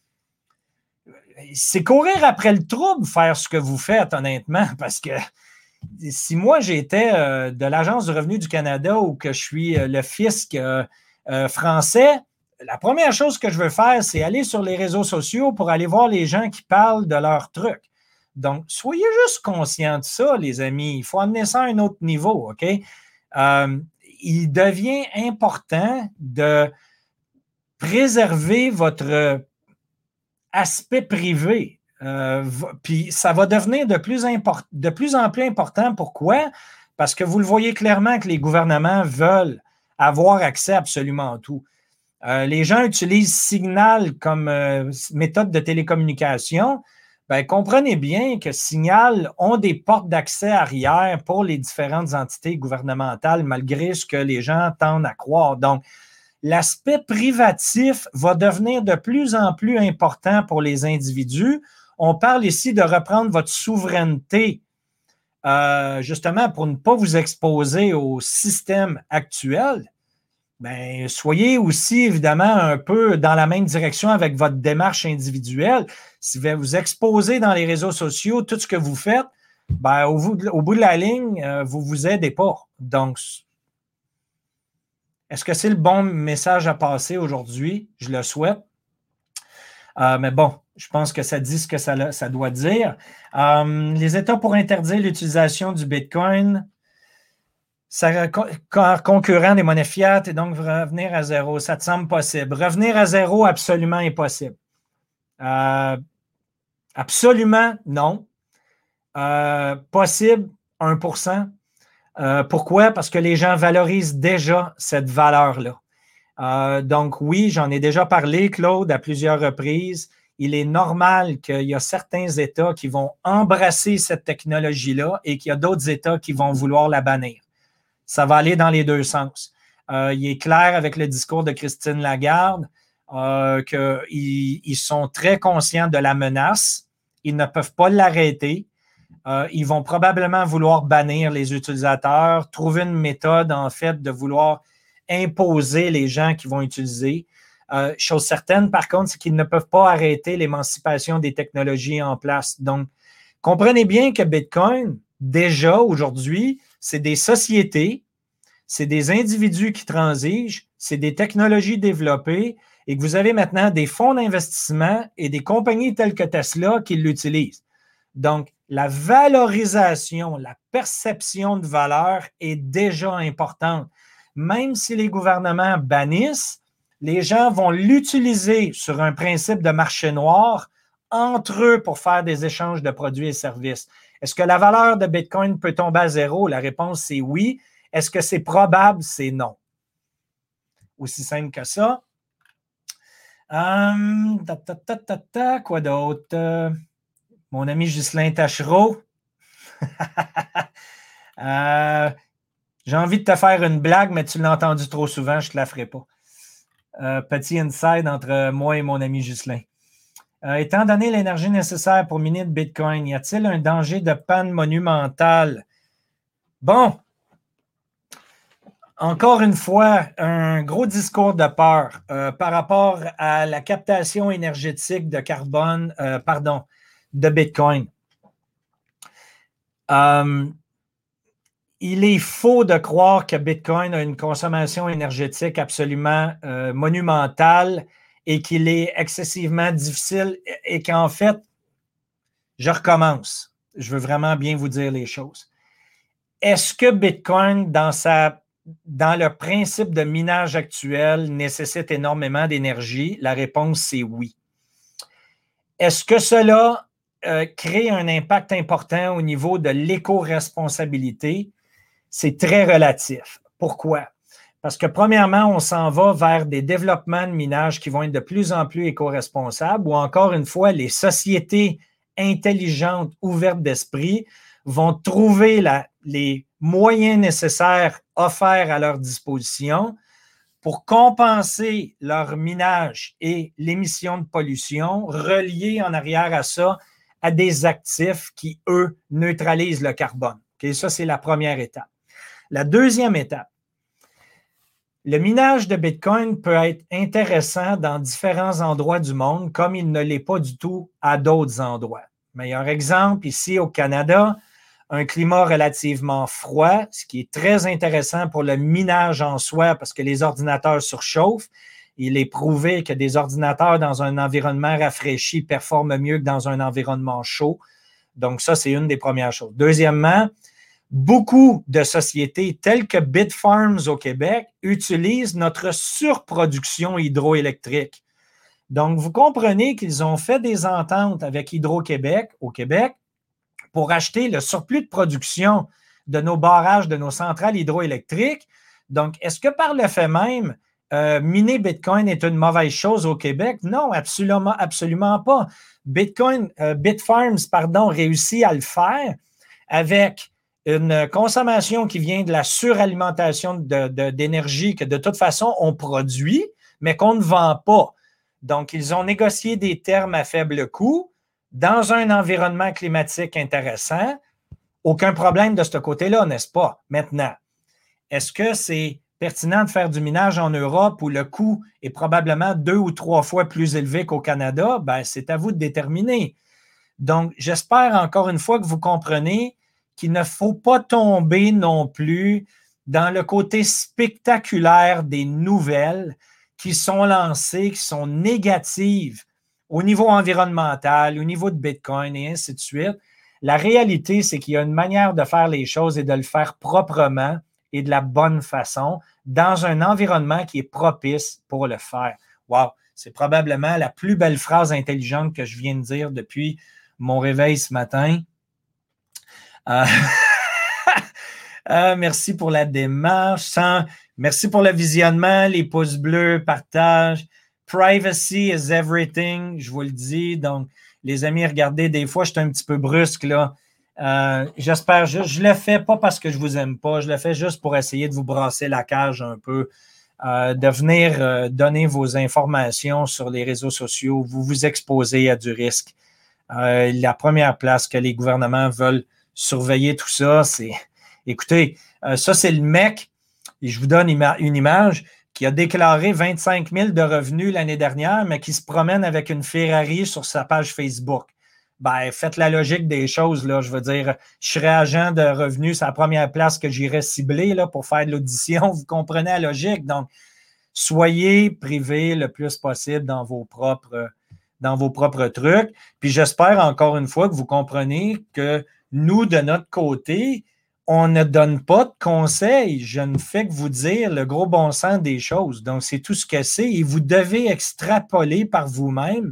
c'est courir après le trouble, faire ce que vous faites, honnêtement, parce que si moi, j'étais euh, de l'Agence du revenu du Canada ou que je suis euh, le fisc euh, euh, français, la première chose que je veux faire, c'est aller sur les réseaux sociaux pour aller voir les gens qui parlent de leurs trucs. Donc, soyez juste conscients de ça, les amis. Il faut amener ça à un autre niveau, OK? Euh, il devient important de préserver votre aspect privé. Euh, puis ça va devenir de plus, import- de plus en plus important. Pourquoi? Parce que vous le voyez clairement que les gouvernements veulent avoir accès à absolument tout. Euh, les gens utilisent Signal comme euh, méthode de télécommunication. Ben, comprenez bien que Signal ont des portes d'accès arrière pour les différentes entités gouvernementales, malgré ce que les gens tendent à croire. Donc, l'aspect privatif va devenir de plus en plus important pour les individus. On parle ici de reprendre votre souveraineté, euh, justement pour ne pas vous exposer au système actuel. Bien, soyez aussi évidemment un peu dans la même direction avec votre démarche individuelle. Si vous vous exposez dans les réseaux sociaux, tout ce que vous faites, bien, au, bout de, au bout de la ligne, euh, vous ne vous aidez pas. Donc, est-ce que c'est le bon message à passer aujourd'hui? Je le souhaite. Euh, mais bon, je pense que ça dit ce que ça, ça doit dire. Euh, les États pour interdire l'utilisation du Bitcoin, ça, concurrent des monnaies fiat et donc revenir à zéro. Ça te semble possible? Revenir à zéro, absolument impossible. Euh, absolument non. Euh, possible, un pour cent. Euh, pourquoi? Parce que les gens valorisent déjà cette valeur-là. Euh, donc oui, j'en ai déjà parlé, Claude, à plusieurs reprises. Il est normal qu'il y a certains États qui vont embrasser cette technologie-là et qu'il y a d'autres États qui vont vouloir la bannir. Ça va aller dans les deux sens. Euh, il est clair avec le discours de Christine Lagarde euh, qu'ils ils sont très conscients de la menace. Ils ne peuvent pas l'arrêter. Euh, ils vont probablement vouloir bannir les utilisateurs, trouver une méthode, en fait, de vouloir imposer les gens qui vont utiliser. Euh, chose certaine, par contre, c'est qu'ils ne peuvent pas arrêter l'émancipation des technologies en place. Donc, comprenez bien que Bitcoin, déjà aujourd'hui, c'est des sociétés, c'est des individus qui transigent, c'est des technologies développées et que vous avez maintenant des fonds d'investissement et des compagnies telles que Tesla qui l'utilisent. Donc, la valorisation, la perception de valeur est déjà importante. Même si les gouvernements bannissent, les gens vont l'utiliser sur un principe de marché noir entre eux pour faire des échanges de produits et services. Est-ce que la valeur de Bitcoin peut tomber à zéro? La réponse, c'est oui. Est-ce que c'est probable? C'est non. Aussi simple que ça. Um, ta, ta, ta, ta, ta, quoi d'autre? Euh, mon ami Ghislain Tachereau. euh, J'ai envie de te faire une blague, mais tu l'as entendu trop souvent, je ne te la ferai pas. Euh, petit inside entre moi et mon ami Ghislain. Euh, étant donné l'énergie nécessaire pour miner de Bitcoin, y a-t-il un danger de panne monumentale? Bon, encore une fois, un gros discours de peur euh, par rapport à la captation énergétique de carbone, euh, pardon, de Bitcoin. Euh, il est faux de croire que Bitcoin a une consommation énergétique absolument euh, monumentale et qu'il est excessivement difficile et qu'en fait, je recommence. Je veux vraiment bien vous dire les choses. Est-ce que Bitcoin, dans sa Dans le principe de minage actuel, nécessite énormément d'énergie? La réponse, c'est oui. Est-ce que cela euh, crée un impact important au niveau de l'éco-responsabilité? C'est très relatif. Pourquoi? Parce que premièrement, on s'en va vers des développements de minage qui vont être de plus en plus éco-responsables ou encore une fois, les sociétés intelligentes, ouvertes d'esprit vont trouver la, les moyens nécessaires offerts à leur disposition pour compenser leur minage et l'émission de pollution, reliés en arrière à ça à des actifs qui, eux, neutralisent le carbone. Okay? Ça, c'est la première étape. La deuxième étape, le minage de Bitcoin peut être intéressant dans différents endroits du monde, comme il ne l'est pas du tout à d'autres endroits. Meilleur exemple, ici au Canada, un climat relativement froid, ce qui est très intéressant pour le minage en soi parce que les ordinateurs surchauffent. Il est prouvé que des ordinateurs dans un environnement rafraîchi performent mieux que dans un environnement chaud. Donc ça, c'est une des premières choses. Deuxièmement, beaucoup de sociétés telles que Bitfarms au Québec utilisent notre surproduction hydroélectrique. Donc, vous comprenez qu'ils ont fait des ententes avec Hydro-Québec au Québec pour acheter le surplus de production de nos barrages, de nos centrales hydroélectriques. Donc, est-ce que par le fait même, euh, miner Bitcoin est une mauvaise chose au Québec? Non, absolument, absolument pas. Bitcoin, euh, Bitfarms, pardon, réussit à le faire avec une consommation qui vient de la suralimentation de, de, d'énergie que de toute façon on produit, mais qu'on ne vend pas. Donc, ils ont négocié des termes à faible coût dans un environnement climatique intéressant. Aucun problème de ce côté-là, n'est-ce pas? Maintenant, est-ce que c'est pertinent de faire du minage en Europe où le coût est probablement deux ou trois fois plus élevé qu'au Canada? Ben, c'est à vous de déterminer. Donc, j'espère encore une fois que vous comprenez qu'il ne faut pas tomber non plus dans le côté spectaculaire des nouvelles qui sont lancées, qui sont négatives au niveau environnemental, au niveau de Bitcoin et ainsi de suite. La réalité, c'est qu'il y a une manière de faire les choses et de le faire proprement et de la bonne façon dans un environnement qui est propice pour le faire. Wow! C'est probablement la plus belle phrase intelligente que je viens de dire depuis mon réveil ce matin. Euh, euh, merci pour la démarche. Sans, merci pour le visionnement, les pouces bleus, partage. Privacy is everything, je vous le dis. Donc, les amis, regardez, des fois, je suis un petit peu brusque, là. Euh, j'espère juste, je le fais pas parce que je vous aime pas, je le fais juste pour essayer de vous brasser la cage un peu, euh, de venir euh, donner vos informations sur les réseaux sociaux, vous vous exposez à du risque. Euh, la première place que les gouvernements veulent surveiller tout ça, c'est, écoutez, euh, ça c'est le mec, et je vous donne ima- une image, qui a déclaré vingt-cinq mille de revenus l'année dernière, mais qui se promène avec une Ferrari sur sa page Facebook. Ben, faites la logique des choses, là. Je veux dire, je serais agent de revenus, c'est la première place que j'irais cibler là, pour faire de l'audition. Vous comprenez la logique. Donc, soyez privés le plus possible dans vos propres, dans vos propres trucs. Puis j'espère encore une fois que vous comprenez que nous, de notre côté, on ne donne pas de conseils. Je ne fais que vous dire le gros bon sens des choses. Donc, c'est tout ce que c'est et vous devez extrapoler par vous-même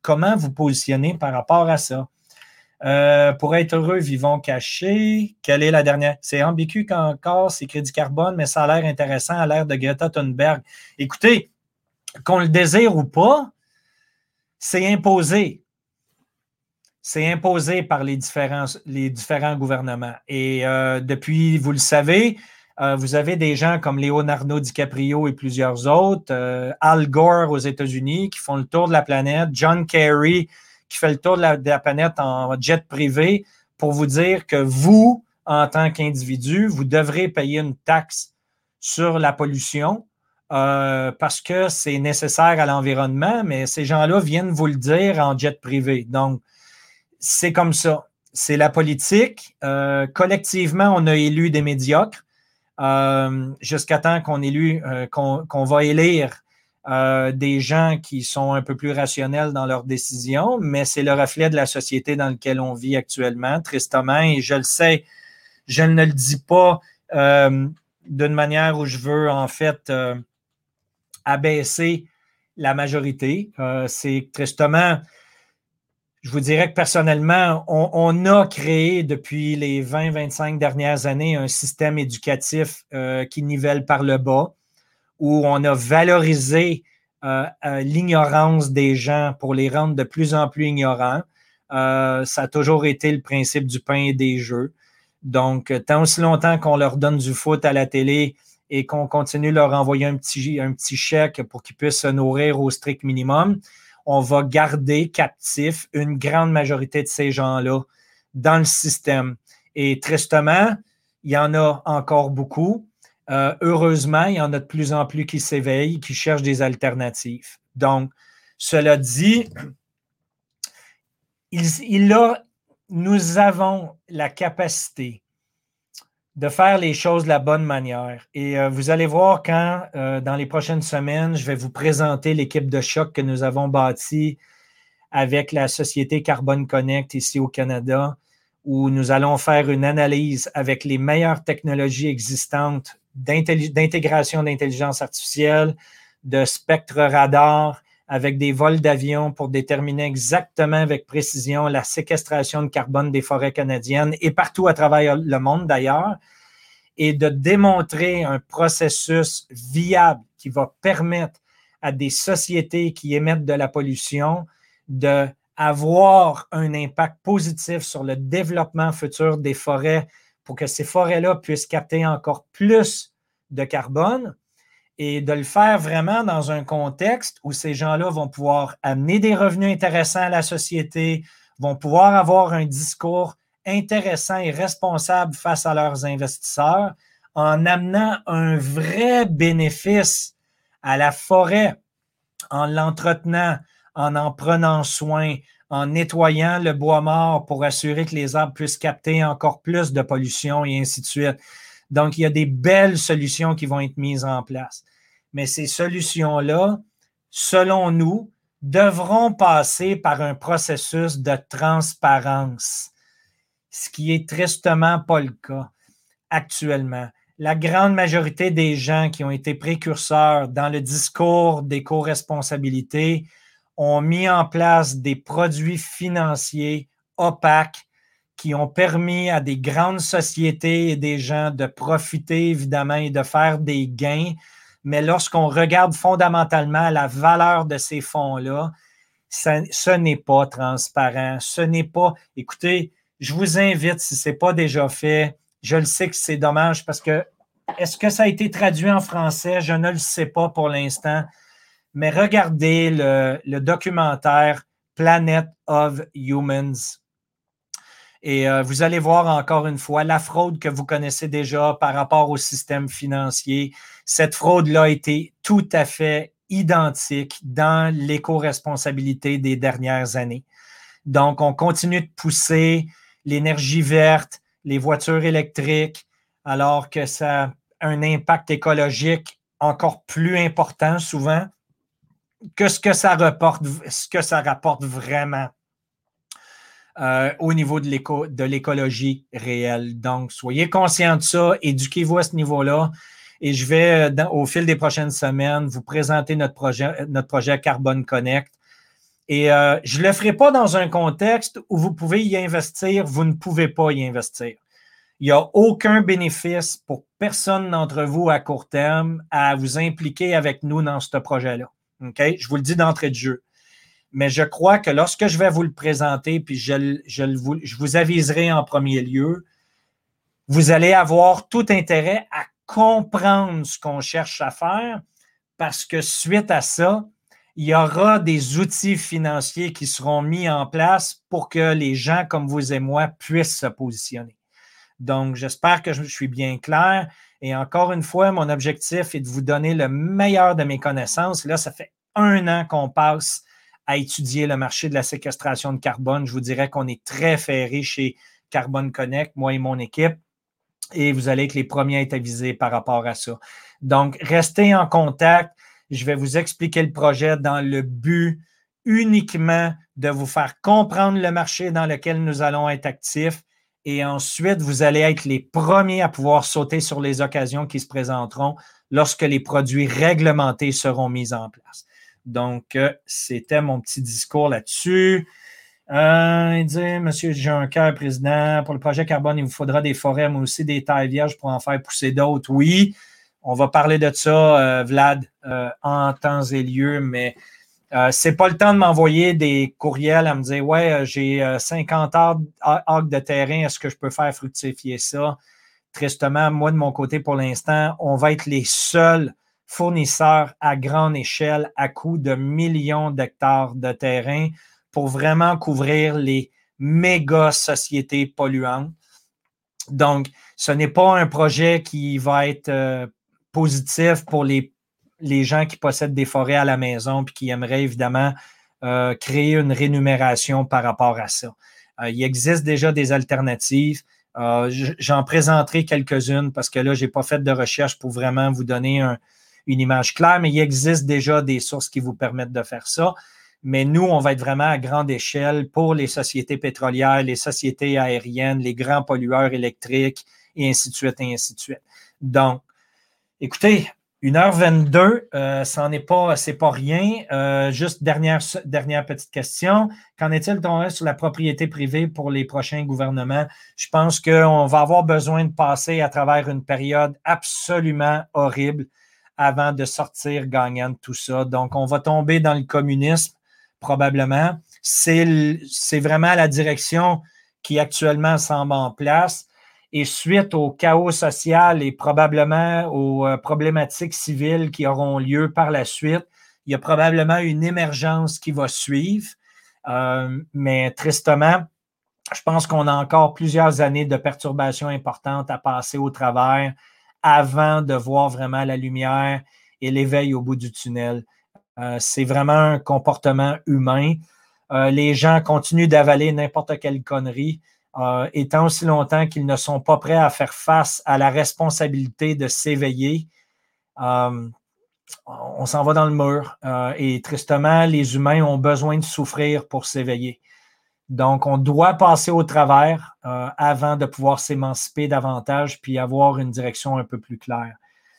comment vous positionnez par rapport à ça. Euh, pour être heureux, vivons cachés. Quelle est la dernière? C'est ambigu encore, c'est crédit carbone, mais ça a l'air intéressant à l'ère de Greta Thunberg. Écoutez, qu'on le désire ou pas, c'est imposé. C'est imposé par les différents, les différents gouvernements. Et euh, depuis, vous le savez, euh, vous avez des gens comme Leonardo DiCaprio et plusieurs autres, euh, Al Gore aux États-Unis qui font le tour de la planète, John Kerry qui fait le tour de la, de la planète en jet privé pour vous dire que vous, en tant qu'individu, vous devrez payer une taxe sur la pollution euh, parce que c'est nécessaire à l'environnement, mais ces gens-là viennent vous le dire en jet privé. Donc, c'est comme ça. C'est la politique. Euh, collectivement, on a élu des médiocres euh, jusqu'à temps qu'on élu, euh, qu'on, qu'on va élire euh, des gens qui sont un peu plus rationnels dans leurs décisions, mais c'est le reflet de la société dans laquelle on vit actuellement, tristement, et je le sais, je ne le dis pas euh, d'une manière où je veux en fait euh, abaisser la majorité. Euh, c'est tristement... Je vous dirais que personnellement, on, on a créé depuis les vingt vingt-cinq dernières années un système éducatif euh, qui nivelle par le bas, où on a valorisé euh, euh, l'ignorance des gens pour les rendre de plus en plus ignorants. Euh, ça a toujours été le principe du pain et des jeux. Donc, tant aussi longtemps qu'on leur donne du foot à la télé et qu'on continue de leur envoyer un petit, un petit chèque pour qu'ils puissent se nourrir au strict minimum, on va garder captif une grande majorité de ces gens-là dans le système. Et tristement, il y en a encore beaucoup. Euh, heureusement, il y en a de plus en plus qui s'éveillent, qui cherchent des alternatives. Donc, cela dit, il, il a, nous avons la capacité de faire les choses de la bonne manière. Et euh, vous allez voir quand, euh, dans les prochaines semaines, je vais vous présenter l'équipe de choc que nous avons bâtie avec la société Carbone Connect ici au Canada, où nous allons faire une analyse avec les meilleures technologies existantes d'intégration d'intelligence artificielle, de spectre radar, avec des vols d'avion pour déterminer exactement avec précision la séquestration de carbone des forêts canadiennes et partout à travers le monde d'ailleurs, et de démontrer un processus viable qui va permettre à des sociétés qui émettent de la pollution d'avoir un impact positif sur le développement futur des forêts pour que ces forêts-là puissent capter encore plus de carbone et de le faire vraiment dans un contexte où ces gens-là vont pouvoir amener des revenus intéressants à la société, vont pouvoir avoir un discours intéressant et responsable face à leurs investisseurs en amenant un vrai bénéfice à la forêt, en l'entretenant, en en prenant soin, en nettoyant le bois mort pour assurer que les arbres puissent capter encore plus de pollution et ainsi de suite. Donc, il y a des belles solutions qui vont être mises en place. Mais ces solutions-là, selon nous, devront passer par un processus de transparence, ce qui est tristement pas le cas actuellement. La grande majorité des gens qui ont été précurseurs dans le discours d'éco-responsabilité ont mis en place des produits financiers opaques qui ont permis à des grandes sociétés et des gens de profiter, évidemment, et de faire des gains. Mais lorsqu'on regarde fondamentalement la valeur de ces fonds-là, ça, ce n'est pas transparent. Ce n'est pas... Écoutez, je vous invite, si ce n'est pas déjà fait, je le sais que c'est dommage parce que est-ce que ça a été traduit en français? Je ne le sais pas pour l'instant. Mais regardez le, le documentaire Planet of Humans. Et euh, vous allez voir encore une fois la fraude que vous connaissez déjà par rapport au système financier. Cette fraude-là a été tout à fait identique dans l'éco-responsabilité des dernières années. Donc, on continue de pousser l'énergie verte, les voitures électriques, alors que ça a un impact écologique encore plus important souvent que ce que ça rapporte, ce que ça rapporte vraiment euh, au niveau de, l'éco, de l'écologie réelle. Donc, soyez conscients de ça, éduquez-vous à ce niveau-là et je vais, dans, au fil des prochaines semaines, vous présenter notre projet, notre projet Carbone Connect Et euh, je ne le ferai pas dans un contexte où vous pouvez y investir, vous ne pouvez pas y investir. Il n'y a aucun bénéfice pour personne d'entre vous à court terme à vous impliquer avec nous dans ce projet-là. Okay? Je vous le dis d'entrée de jeu. Mais je crois que lorsque je vais vous le présenter, puis je, je, vous, je vous aviserai en premier lieu, vous allez avoir tout intérêt à comprendre ce qu'on cherche à faire parce que suite à ça, il y aura des outils financiers qui seront mis en place pour que les gens comme vous et moi puissent se positionner. Donc, j'espère que je suis bien clair. Et encore une fois, mon objectif est de vous donner le meilleur de mes connaissances. Là, ça fait un an qu'on passe à étudier le marché de la séquestration de carbone. Je vous dirais qu'on est très ferré chez Carbone Connect, moi et mon équipe. Et vous allez être les premiers à être avisés par rapport à ça. Donc, restez en contact. Je vais vous expliquer le projet dans le but uniquement de vous faire comprendre le marché dans lequel nous allons être actifs. Et ensuite, vous allez être les premiers à pouvoir sauter sur les occasions qui se présenteront lorsque les produits réglementés seront mis en place. Donc, euh, c'était mon petit discours là-dessus. Euh, il dit, M. Juncker, président, pour le projet carbone, il vous faudra des forêts, mais aussi des tailles vierges pour en faire pousser d'autres. Oui, on va parler de ça, euh, Vlad, euh, en temps et lieu, mais euh, c'est pas le temps de m'envoyer des courriels à me dire, ouais, j'ai euh, cinquante acres de terrain, est-ce que je peux faire fructifier ça? Tristement, moi, de mon côté, pour l'instant, on va être les seuls fournisseurs à grande échelle à coût de millions d'hectares de terrain pour vraiment couvrir les méga sociétés polluantes. Donc, ce n'est pas un projet qui va être euh, positif pour les, les gens qui possèdent des forêts à la maison et qui aimeraient évidemment euh, créer une rémunération par rapport à ça. Euh, il existe déjà des alternatives. Euh, j'en présenterai quelques-unes parce que là, je n'ai pas fait de recherche pour vraiment vous donner un, une image claire, mais il existe déjà des sources qui vous permettent de faire ça. Mais nous, on va être vraiment à grande échelle pour les sociétés pétrolières, les sociétés aériennes, les grands pollueurs électriques, et ainsi de suite, et ainsi de suite. Donc, écoutez, une heure vingt-deux, euh, ça n'est pas, c'est pas rien. Euh, juste dernière, dernière petite question. Qu'en est-il ton sur la propriété privée pour les prochains gouvernements? Je pense qu'on va avoir besoin de passer à travers une période absolument horrible avant de sortir gagnant de tout ça. Donc, on va tomber dans le communisme. Probablement. C'est, c'est vraiment la direction qui actuellement semble en place. Et suite au chaos social et probablement aux euh, problématiques civiles qui auront lieu par la suite, il y a probablement une émergence qui va suivre. Euh, mais tristement, je pense qu'on a encore plusieurs années de perturbations importantes à passer au travers avant de voir vraiment la lumière et l'éveil au bout du tunnel. Euh, c'est vraiment un comportement humain. Euh, les gens continuent d'avaler n'importe quelle connerie, euh, et tant aussi longtemps qu'ils ne sont pas prêts à faire face à la responsabilité de s'éveiller, euh, on s'en va dans le mur. Euh, et tristement, les humains ont besoin de souffrir pour s'éveiller. Donc, on doit passer au travers euh, avant de pouvoir s'émanciper davantage puis avoir une direction un peu plus claire.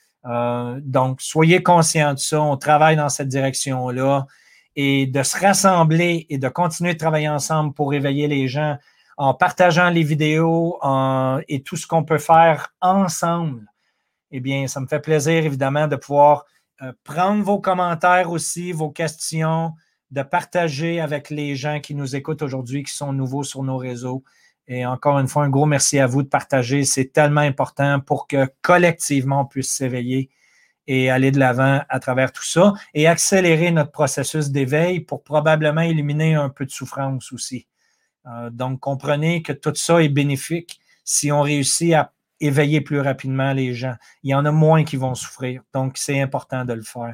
Euh, donc, soyez conscients de ça. On travaille dans cette direction-là et de se rassembler et de continuer de travailler ensemble pour éveiller les gens en partageant les vidéos en, et tout ce qu'on peut faire ensemble. Eh bien, ça me fait plaisir, évidemment, de pouvoir euh, prendre vos commentaires aussi, vos questions, de partager avec les gens qui nous écoutent aujourd'hui, qui sont nouveaux sur nos réseaux. Et encore une fois, un gros merci à vous de partager. C'est tellement important pour que collectivement, on puisse s'éveiller et aller de l'avant à travers tout ça et accélérer notre processus d'éveil pour probablement éliminer un peu de souffrance aussi. Euh, donc, comprenez que tout ça est bénéfique si on réussit à éveiller plus rapidement les gens. Il y en a moins qui vont souffrir. Donc, c'est important de le faire.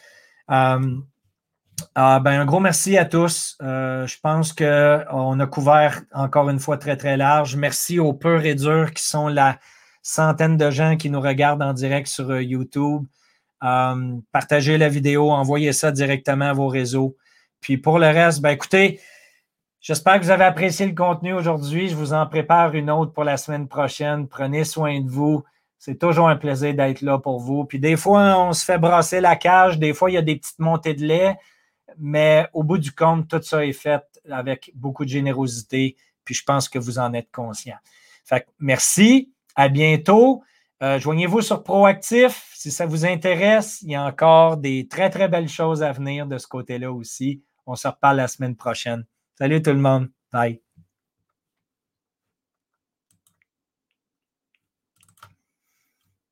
Euh, Ah, ben, un gros merci à tous. Euh, je pense qu'on a couvert encore une fois très, très large. Merci aux purs et durs qui sont la centaine de gens qui nous regardent en direct sur euh, YouTube. Euh, partagez la vidéo, envoyez ça directement à vos réseaux. Puis pour le reste, ben écoutez, j'espère que vous avez apprécié le contenu aujourd'hui. Je vous en prépare une autre pour la semaine prochaine. Prenez soin de vous. C'est toujours un plaisir d'être là pour vous. Puis des fois, on se fait brasser la cage. Des fois, il y a des petites montées de lait. mais au bout du compte, tout ça est fait avec beaucoup de générosité, puis je pense que vous en êtes conscients. Fait que merci, à bientôt. Euh, joignez-vous sur Proactif si ça vous intéresse. Il y a encore des très, très belles choses à venir de ce côté-là aussi. On se reparle la semaine prochaine. Salut tout le monde. Bye.